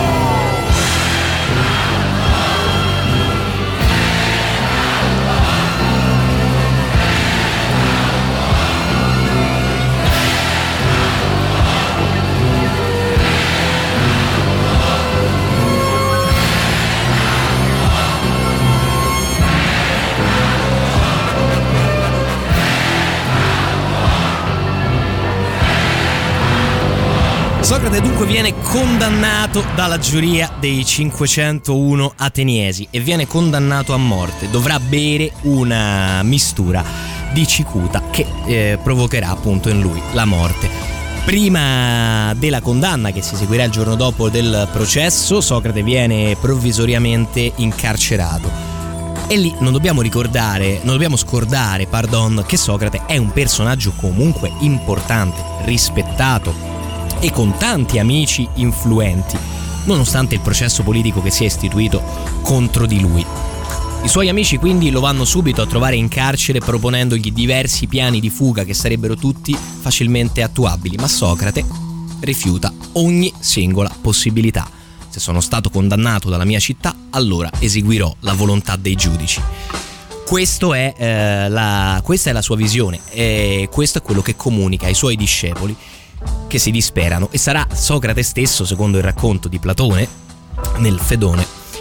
Socrate dunque viene condannato dalla giuria dei cinquecentouno ateniesi e viene condannato a morte. Dovrà bere una mistura di cicuta che eh, provocherà appunto in lui la morte. Prima della condanna, che si seguirà il giorno dopo del processo, Socrate viene provvisoriamente incarcerato. E lì non dobbiamo ricordare, non dobbiamo scordare, pardon, che Socrate è un personaggio comunque importante, rispettato e con tanti amici influenti, nonostante il processo politico che si è istituito contro di lui. I suoi amici quindi lo vanno subito a trovare in carcere proponendogli diversi piani di fuga che sarebbero tutti facilmente attuabili, ma Socrate rifiuta ogni singola possibilità. Se sono stato condannato dalla mia città, allora eseguirò la volontà dei giudici. Questo è, eh, la, questa è la sua visione e questo è quello che comunica ai suoi discepoli, che si disperano, e sarà Socrate stesso, secondo il racconto di Platone nel Fedone,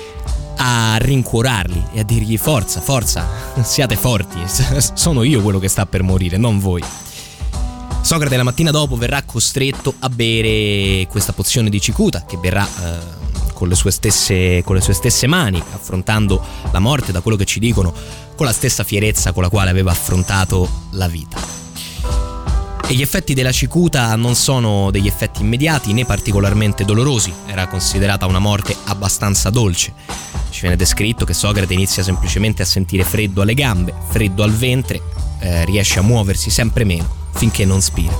a rincuorarli e a dirgli: forza, forza, siate forti, sono io quello che sta per morire, non voi. Socrate la mattina dopo verrà costretto a bere questa pozione di cicuta, che berrà eh, con le sue stesse con le sue stesse mani, affrontando la morte, da quello che ci dicono, con la stessa fierezza con la quale aveva affrontato la vita. E gli effetti della cicuta non sono degli effetti immediati né particolarmente dolorosi, era considerata una morte abbastanza dolce. Ci viene descritto che Socrate inizia semplicemente a sentire freddo alle gambe, freddo al ventre, eh, riesce a muoversi sempre meno finché non spira.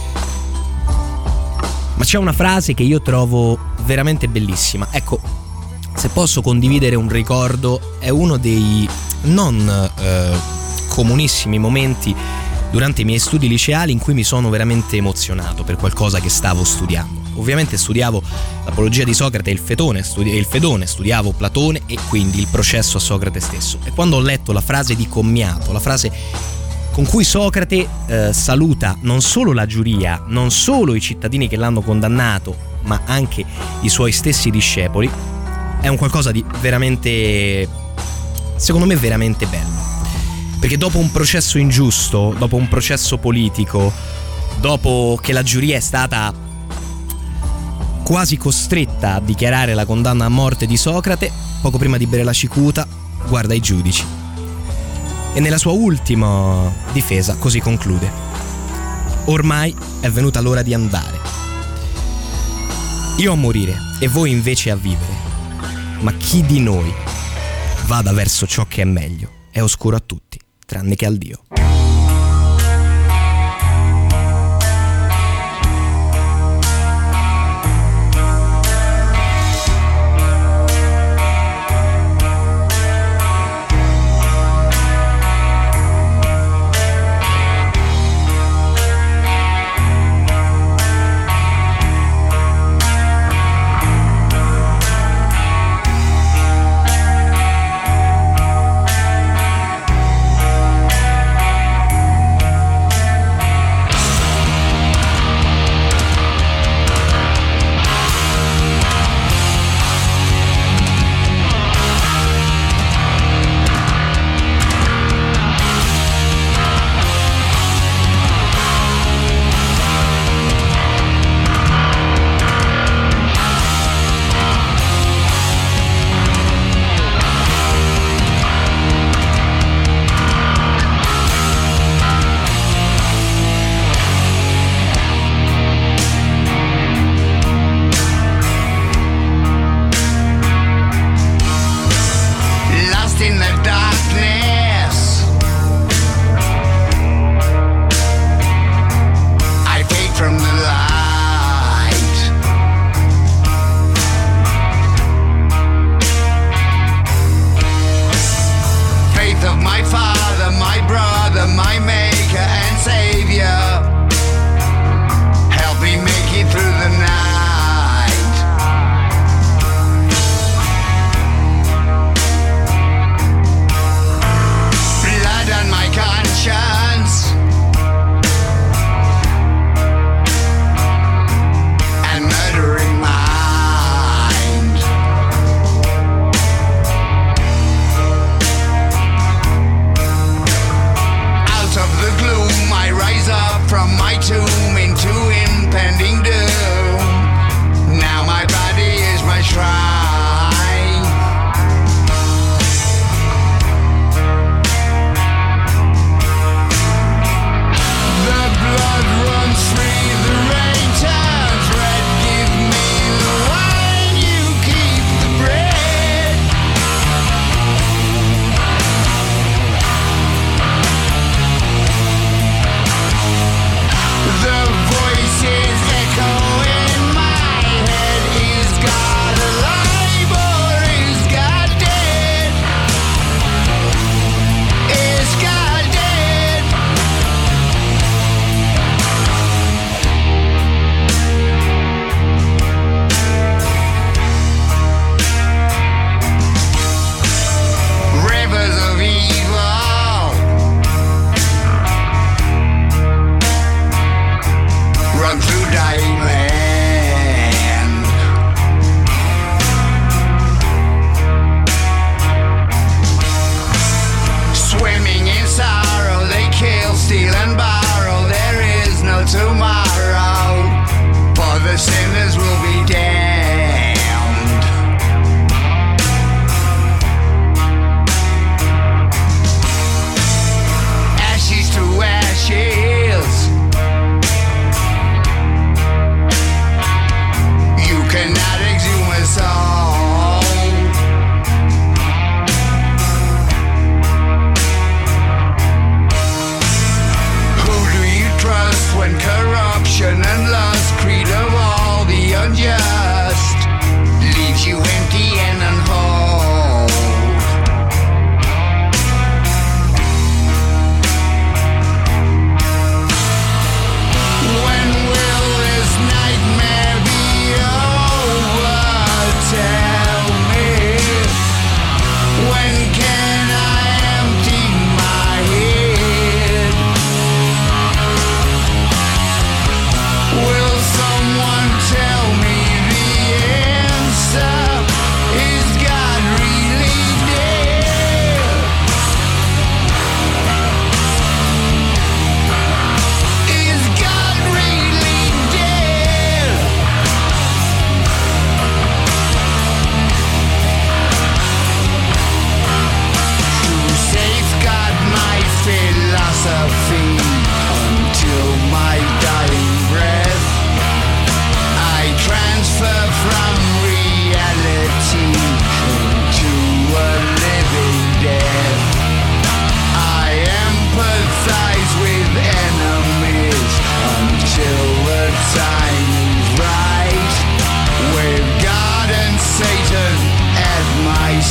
Ma c'è una frase che io trovo veramente bellissima. Ecco, se posso condividere un ricordo, è uno dei non eh, comunissimi momenti durante i miei studi liceali in cui mi sono veramente emozionato per qualcosa che stavo studiando. Ovviamente studiavo l'apologia di Socrate e il Fedone, studi- il Fedone, studiavo Platone e quindi il processo a Socrate stesso. E quando ho letto la frase di commiato, la frase con cui Socrate eh, saluta non solo la giuria, non solo i cittadini che l'hanno condannato, ma anche i suoi stessi discepoli, è un qualcosa di veramente, secondo me, veramente bello. Perché dopo un processo ingiusto, dopo un processo politico, dopo che la giuria è stata quasi costretta a dichiarare la condanna a morte di Socrate, poco prima di bere la cicuta, guarda i giudici. E nella sua ultima difesa così conclude: ormai è venuta l'ora di andare. Io a morire e voi invece a vivere. Ma chi di noi vada verso ciò che è meglio è oscuro a tutti, tranne che al Dio.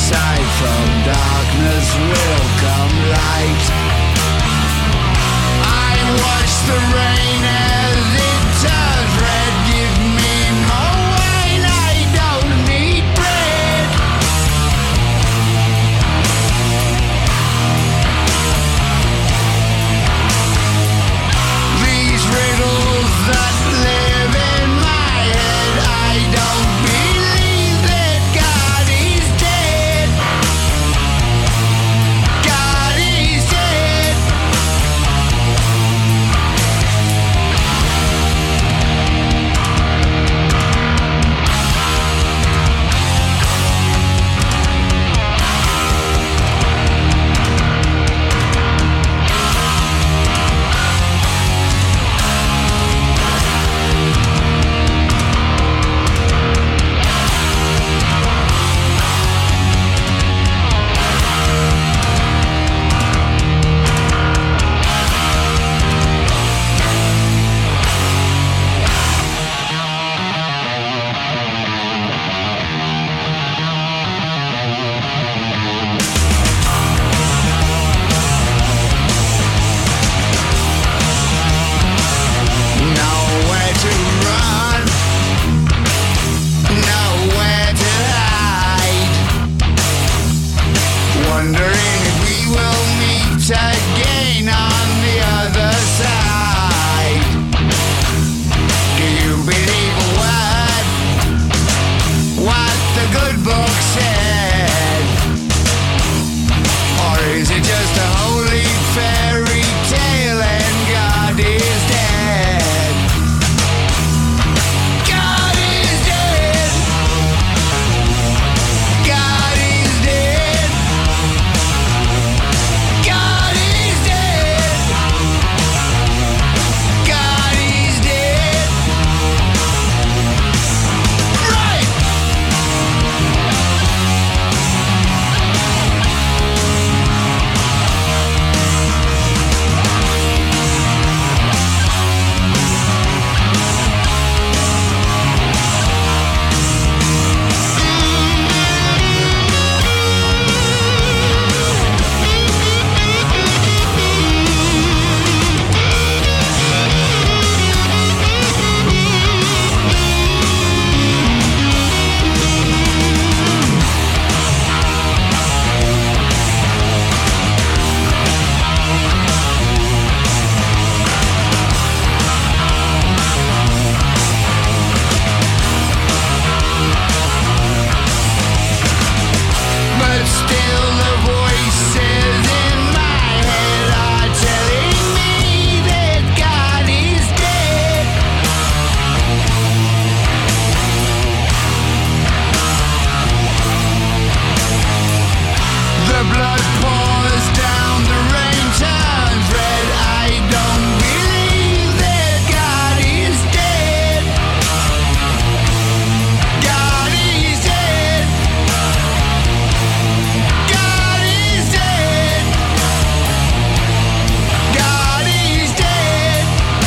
aside from darkness will come light. I watch the rain as it turns red. Give me more wine, I don't need bread. These riddles that live in my head, I don't believe that God is dead. God is dead. Nowhere to run, nowhere to hide. Wondering if we will meet again on the other side. Do you believe a word? What the good book said? Or is it just a holy fairy tale and God is dead? God is dead. God is dead. God is dead. God is dead. Right. But still the voices in my head are telling me that God is dead. The blood pours down, the rain turns red. I don't believe that God is dead. God is dead. God is dead. God is dead.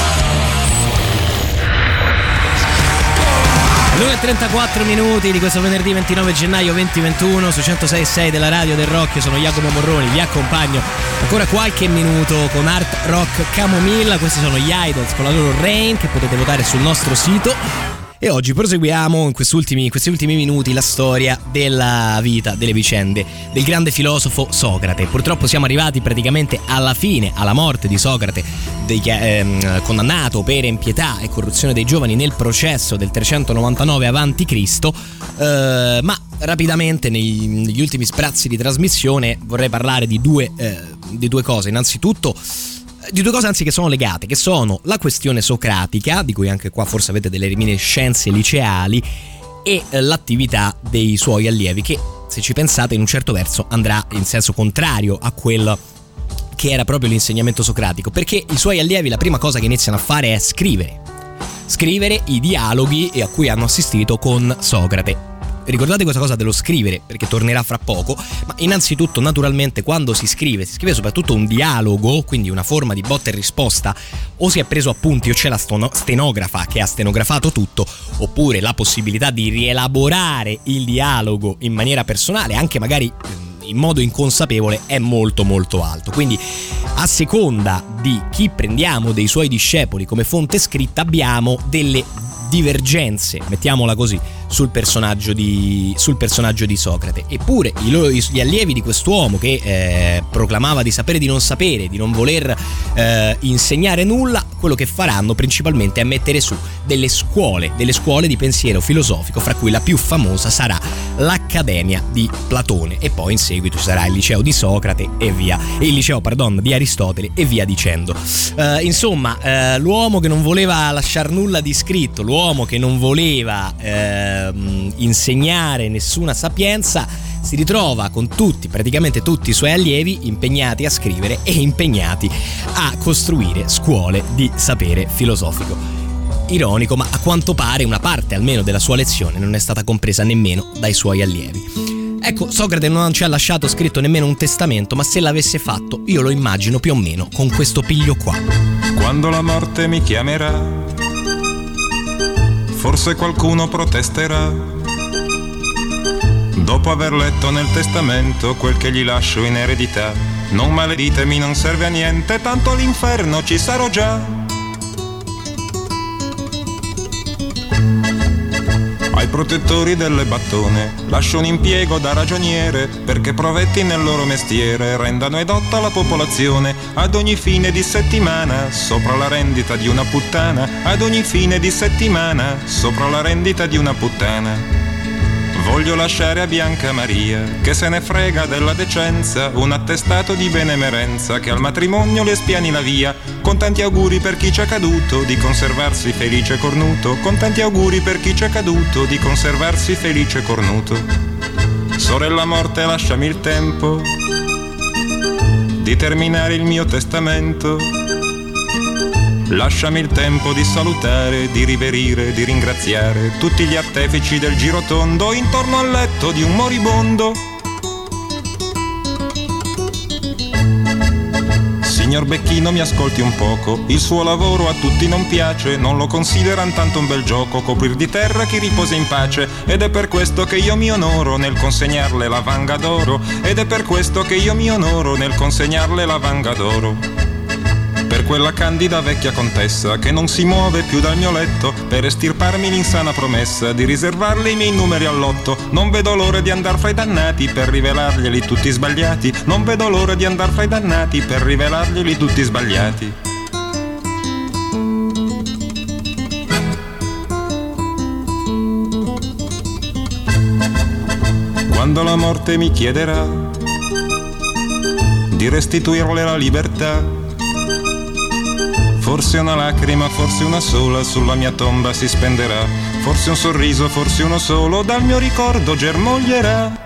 l'una e trentaquattro minuti di questo venerdì ventinove gennaio duemilaventuno su centosei e sei della radio del rock. Io sono Jacopo Morroni, vi accompagno ancora qualche minuto con Art Rock Camomilla. Questi sono gli Idols con la loro Rain, che potete votare sul nostro sito. E oggi proseguiamo in questi ultimi, in questi ultimi minuti la storia della vita, delle vicende del grande filosofo Socrate. Purtroppo siamo arrivati praticamente alla fine, alla morte di Socrate, degli, ehm, condannato per impietà e corruzione dei giovani nel processo del trecentonovantanove avanti Cristo. Eh, ma rapidamente nei, negli ultimi sprazzi di trasmissione vorrei parlare di due, eh, di due cose. Innanzitutto di due cose anzi che sono legate, che sono la questione socratica, di cui anche qua forse avete delle reminiscenze liceali, e eh, l'attività dei suoi allievi, che se ci pensate in un certo verso andrà in senso contrario a quel che era proprio l'insegnamento socratico, perché i suoi allievi la prima cosa che iniziano a fare è scrivere scrivere i dialoghi a cui hanno assistito con Socrate. ricordate questa cosa dello scrivere, perché tornerà fra poco, ma innanzitutto naturalmente quando si scrive, si scrive soprattutto un dialogo, quindi una forma di botta e risposta, o si è preso appunti o c'è la stono- stenografa che ha stenografato tutto, oppure la possibilità di rielaborare il dialogo in maniera personale, anche magari in modo inconsapevole, è molto molto alto. Quindi a seconda di chi prendiamo dei suoi discepoli come fonte scritta abbiamo delle divergenze, mettiamola così, sul personaggio di, sul personaggio di Socrate. Eppure i loro, gli allievi di quest'uomo che eh, proclamava di sapere di non sapere, di non voler eh, insegnare nulla, quello che faranno principalmente è mettere su delle scuole, delle scuole di pensiero filosofico, fra cui la più famosa sarà l'Accademia di Platone, e poi in seguito ci sarà il liceo di Socrate e via, il liceo pardon di Aristotele e via dicendo. Uh, insomma, uh, l'uomo che non voleva lasciar nulla di scritto, l'uomo che non voleva uh, insegnare nessuna sapienza, si ritrova con tutti, praticamente tutti i suoi allievi impegnati a scrivere e impegnati a costruire scuole di sapere filosofico. Ironico, ma a quanto pare una parte almeno della sua lezione non è stata compresa nemmeno dai suoi allievi. Ecco, Socrate non ci ha lasciato scritto nemmeno un testamento, ma se l'avesse fatto io lo immagino più o meno con questo piglio qua. Quando la morte mi chiamerà, forse qualcuno protesterà, dopo aver letto nel testamento quel che gli lascio in eredità. Non maleditemi, non serve a niente, tanto all'inferno ci sarò già. Ai protettori delle battone lascio un impiego da ragioniere, perché provetti nel loro mestiere rendano edotta la popolazione. Ad ogni fine di settimana, sopra la rendita di una puttana, ad ogni fine di settimana, sopra la rendita di una puttana. Voglio lasciare a Bianca Maria, che se ne frega della decenza, un attestato di benemerenza che al matrimonio le spiani la via. Con tanti auguri per chi ci è caduto di conservarsi felice e cornuto, con tanti auguri per chi ci è caduto di conservarsi felice e cornuto. Sorella morte, lasciami il tempo di terminare il mio testamento. Lasciami il tempo di salutare, di riverire, di ringraziare tutti gli artefici del girotondo intorno al letto di un moribondo. Signor Becchino, mi ascolti un poco, il suo lavoro a tutti non piace, non lo consideran tanto un bel gioco, coprir di terra chi riposa in pace, ed è per questo che io mi onoro nel consegnarle la vanga d'oro, ed è per questo che io mi onoro nel consegnarle la vanga d'oro. Per quella candida vecchia contessa che non si muove più dal mio letto, per estirparmi l'insana promessa di riservarle i miei numeri al lotto. Non vedo l'ora di andar fra i dannati per rivelarglieli tutti sbagliati. Non vedo l'ora di andar fra i dannati per rivelarglieli tutti sbagliati. Quando la morte mi chiederà di restituirle la libertà, forse una lacrima, forse una sola, sulla mia tomba si spenderà. Forse un sorriso, forse uno solo, dal mio ricordo germoglierà.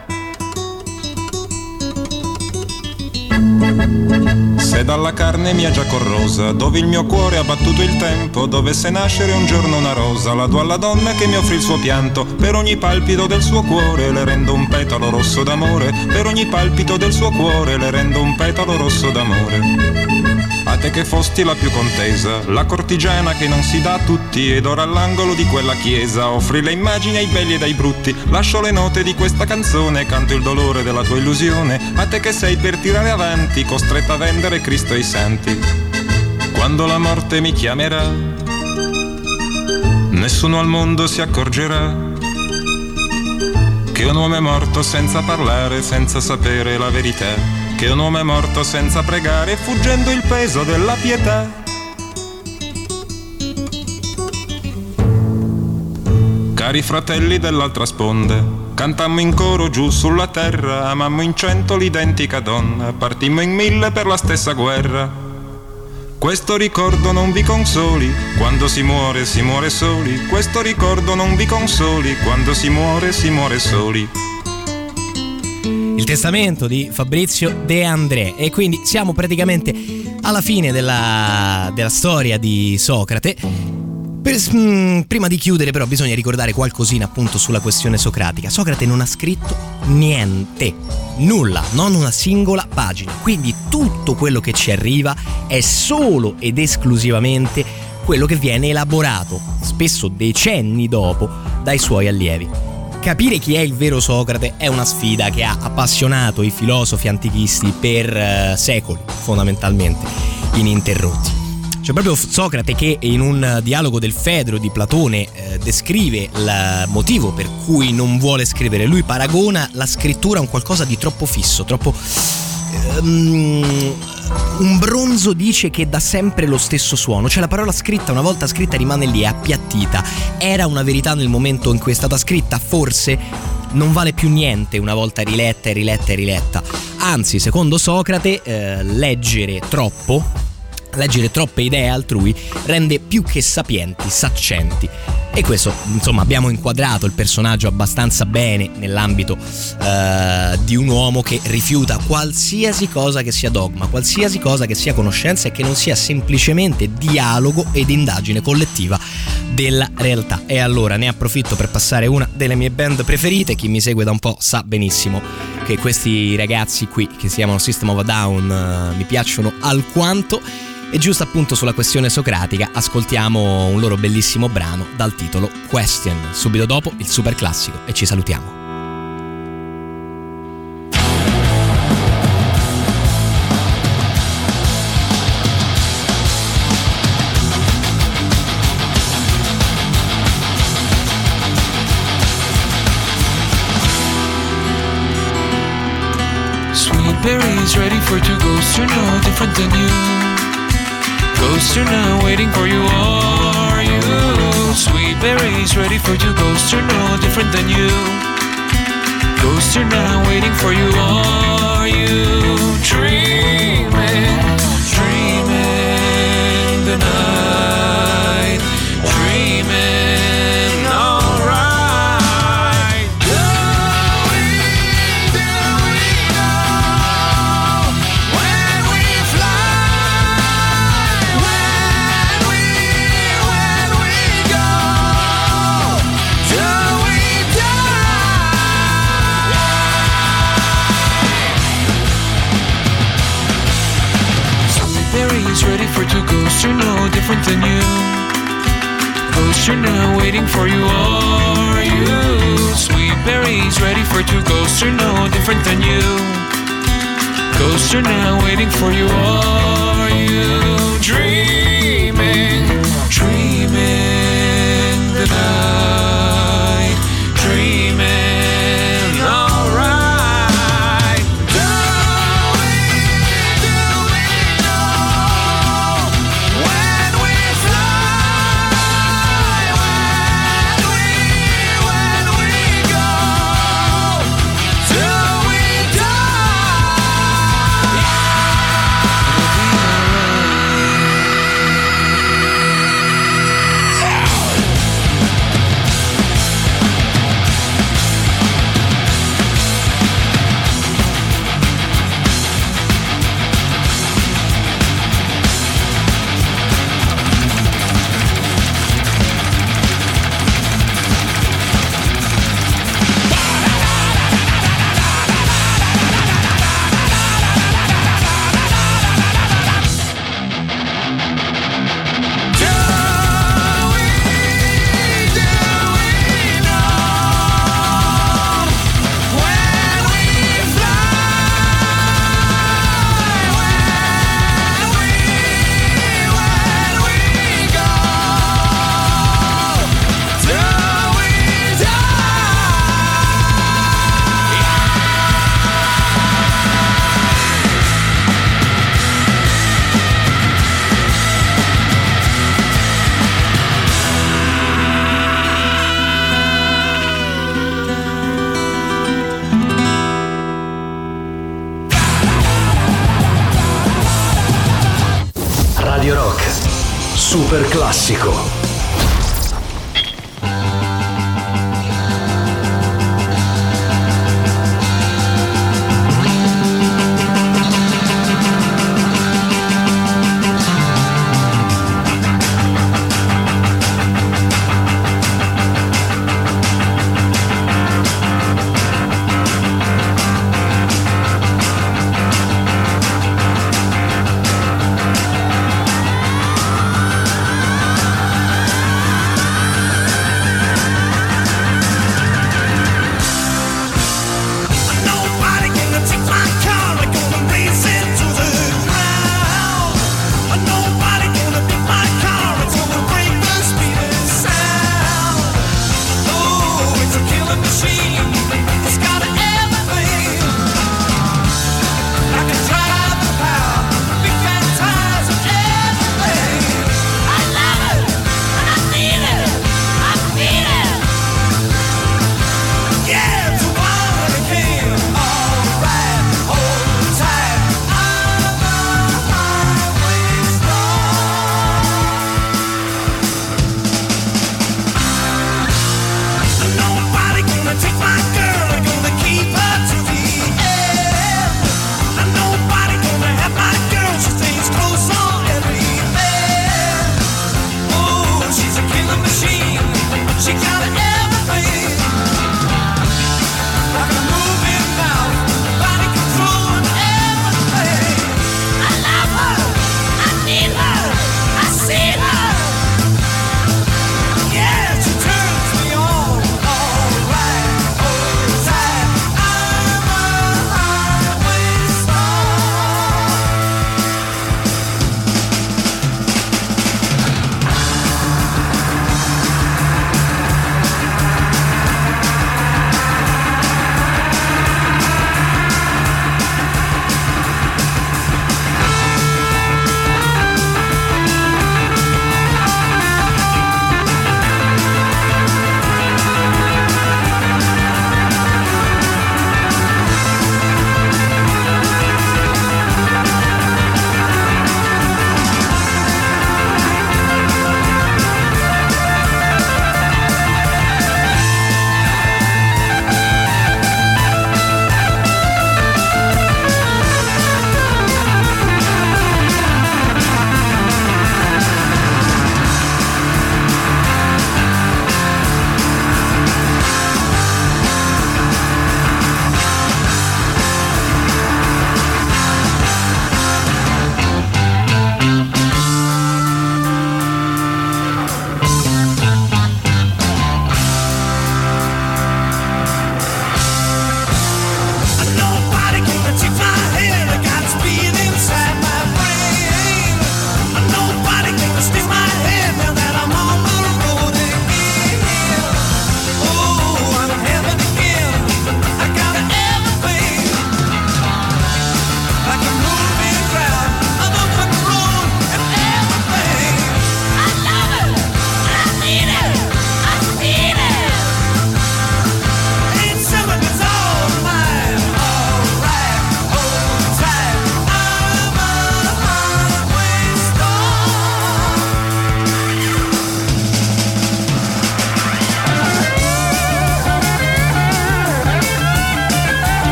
Se dalla carne mia già corrosa, dove il mio cuore ha battuto il tempo, dovesse nascere un giorno una rosa, la do alla donna che mi offrì il suo pianto. Per ogni palpito del suo cuore le rendo un petalo rosso d'amore. Per ogni palpito del suo cuore le rendo un petalo rosso d'amore. A te che fosti la più contesa, la cortigiana che non si dà a tutti, ed ora all'angolo di quella chiesa offri le immagini ai belli ed ai brutti. Lascio le note di questa canzone, canto il dolore della tua illusione. A te che sei per tirare avanti, costretta a vendere Cristo e i santi. Quando la morte mi chiamerà, nessuno al mondo si accorgerà che un uomo è morto senza parlare, senza sapere la verità. Che un uomo è morto senza pregare, fuggendo il peso della pietà. Cari fratelli dell'altra sponda, cantammo in coro giù sulla terra, amammo in cento l'identica donna, partimmo in mille per la stessa guerra. Questo ricordo non vi consoli, quando si muore si muore soli. Questo ricordo non vi consoli, quando si muore si muore soli. Il testamento di Fabrizio De André. E quindi siamo praticamente alla fine della, della storia di Socrate. Per, mh, prima di chiudere però bisogna ricordare qualcosina appunto sulla questione socratica. Socrate non ha scritto niente, nulla, non una singola pagina, quindi tutto quello che ci arriva è solo ed esclusivamente quello che viene elaborato, spesso decenni dopo, dai suoi allievi. Capire chi è il vero Socrate è una sfida che ha appassionato i filosofi antichisti per uh, secoli, fondamentalmente, ininterrotti. C'è proprio Socrate che in un dialogo del Fedro di Platone eh, descrive il motivo per cui non vuole scrivere. Lui paragona la scrittura a un qualcosa di troppo fisso, troppo... Um, un bronzo, dice, che dà sempre lo stesso suono, cioè la parola scritta una volta scritta rimane lì, è appiattita. Era una verità nel momento in cui è stata scritta, forse non vale più niente una volta riletta e riletta e riletta. Anzi, secondo Socrate, eh, leggere troppo leggere troppe idee altrui rende più che sapienti, saccenti. E questo, insomma, abbiamo inquadrato il personaggio abbastanza bene nell'ambito eh, di un uomo che rifiuta qualsiasi cosa che sia dogma, qualsiasi cosa che sia conoscenza e che non sia semplicemente dialogo ed indagine collettiva della realtà. E allora ne approfitto per passare una delle mie band preferite. Chi mi segue da un po' sa benissimo che questi ragazzi qui, che si chiamano System of a Down, eh, mi piacciono alquanto. E giusto appunto sulla questione socratica ascoltiamo un loro bellissimo brano dal titolo Question, subito dopo il super classico, e ci salutiamo. Sweet berries ready for two ghosts, you're no different than you. Ghosts are now waiting for you, are you? Sweet berries ready for two ghosts are no different than you. Ghosts are now waiting for you, are you? Dreaming, dreaming the night, dreaming alright. Do we, do we know when we fly? When we, when we go, do we die? Sweet berries ready for two ghosts, you're no different than you. Ghosts are now waiting for you, are you? Sweet berries ready for two ghosts, you're no different than you. Ghosts are now waiting for you, are you? Dreaming, dreaming the night, dreaming alright. Do we, do we know when we fly? When we, when we go, do we die? Radio Rock, super classico.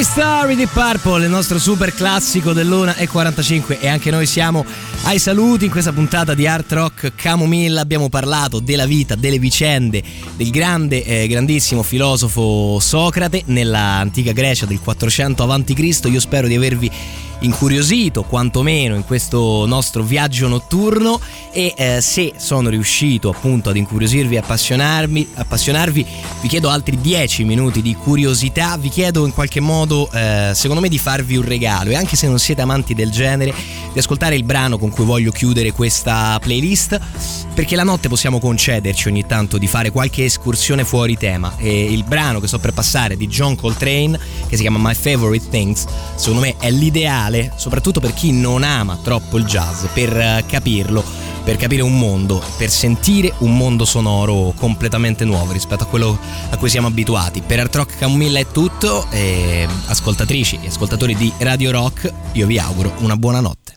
Story di Purple, il nostro super classico dell'una e quarantacinque, e anche noi siamo ai saluti in questa puntata di Art Rock Camomilla. Abbiamo parlato della vita, delle vicende del grande, eh, grandissimo filosofo Socrate nella antica Grecia del quattrocento avanti Cristo. Io spero di avervi incuriosito quantomeno in questo nostro viaggio notturno, e eh, se sono riuscito appunto ad incuriosirvi e appassionarmi, appassionarvi, vi chiedo altri dieci minuti di curiosità. Vi chiedo in qualche modo eh, secondo me di farvi un regalo, e anche se non siete amanti del genere, di ascoltare il brano con cui voglio chiudere questa playlist, perché la notte possiamo concederci ogni tanto di fare qualche escursione fuori tema, e il brano che sto per passare di John Coltrane, che si chiama My Favorite Things, secondo me è l'ideale soprattutto per chi non ama troppo il jazz, per capirlo, per capire un mondo, per sentire un mondo sonoro completamente nuovo rispetto a quello a cui siamo abituati. Per Art Rock Camomilla è tutto, e ascoltatrici e ascoltatori di Radio Rock, io vi auguro una buona notte.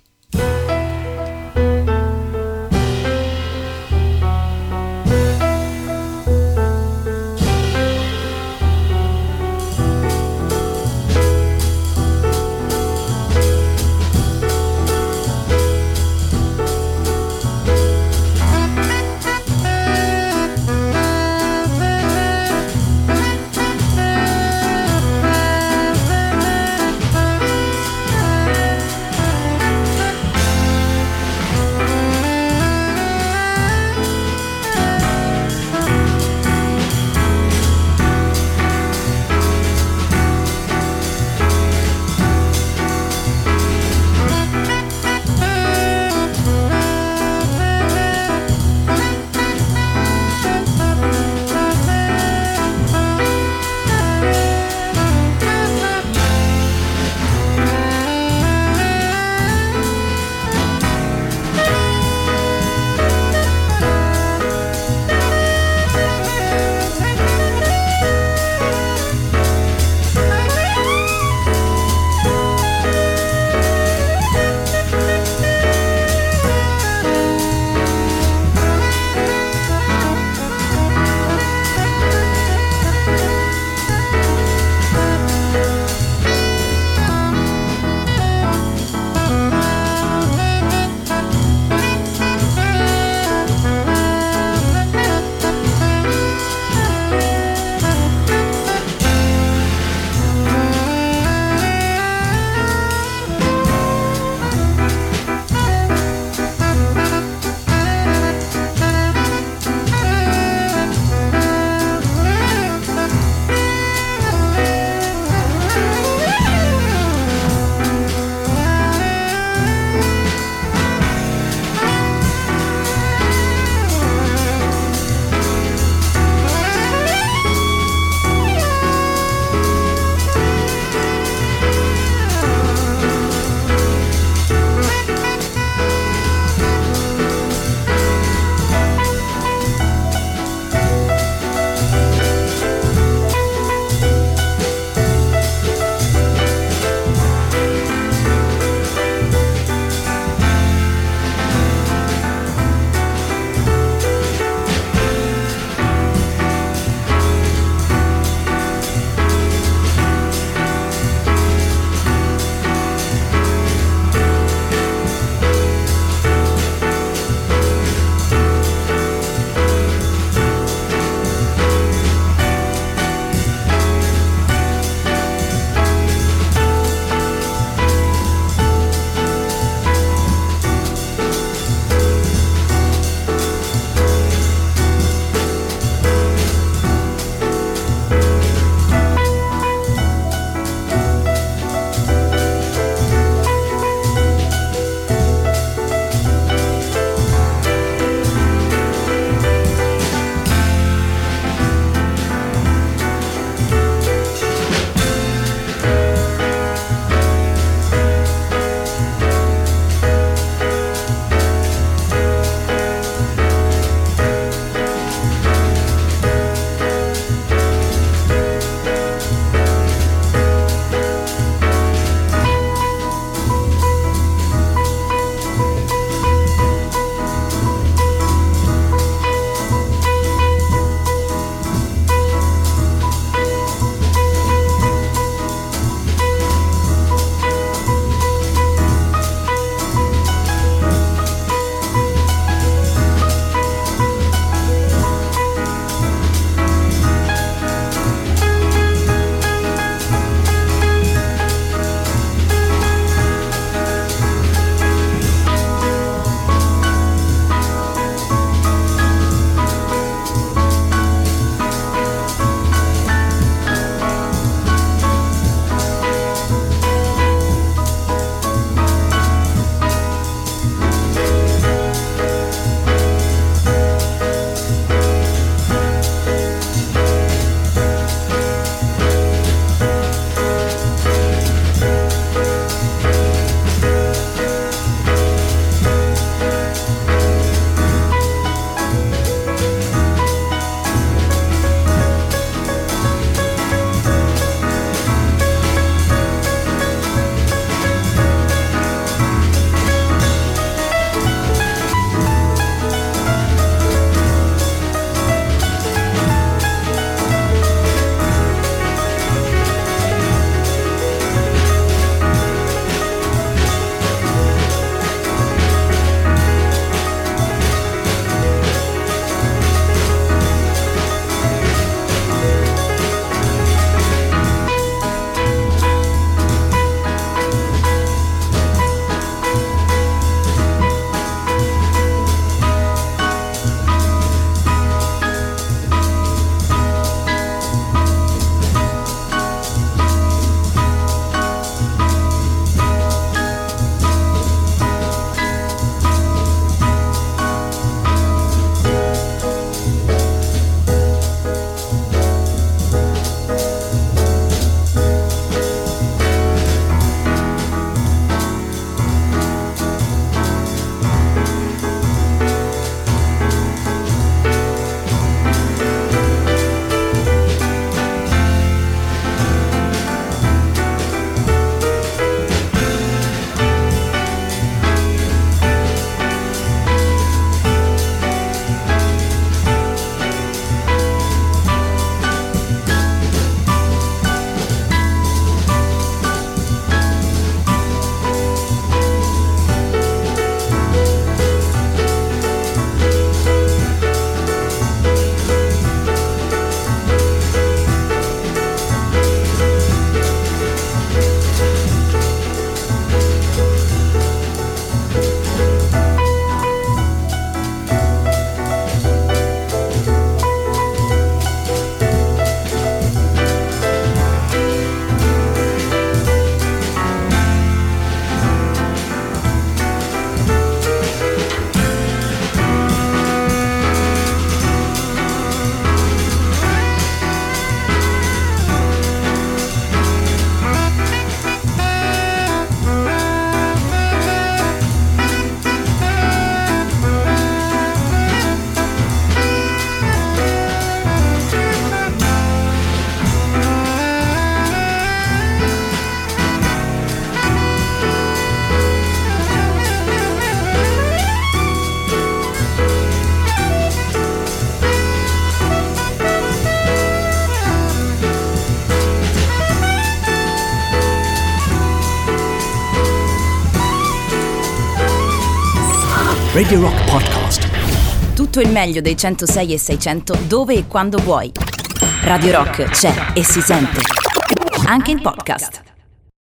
Radio Rock Podcast. Tutto il meglio dei centosei e seicento dove e quando vuoi. Radio Rock c'è e si sente. Anche in podcast.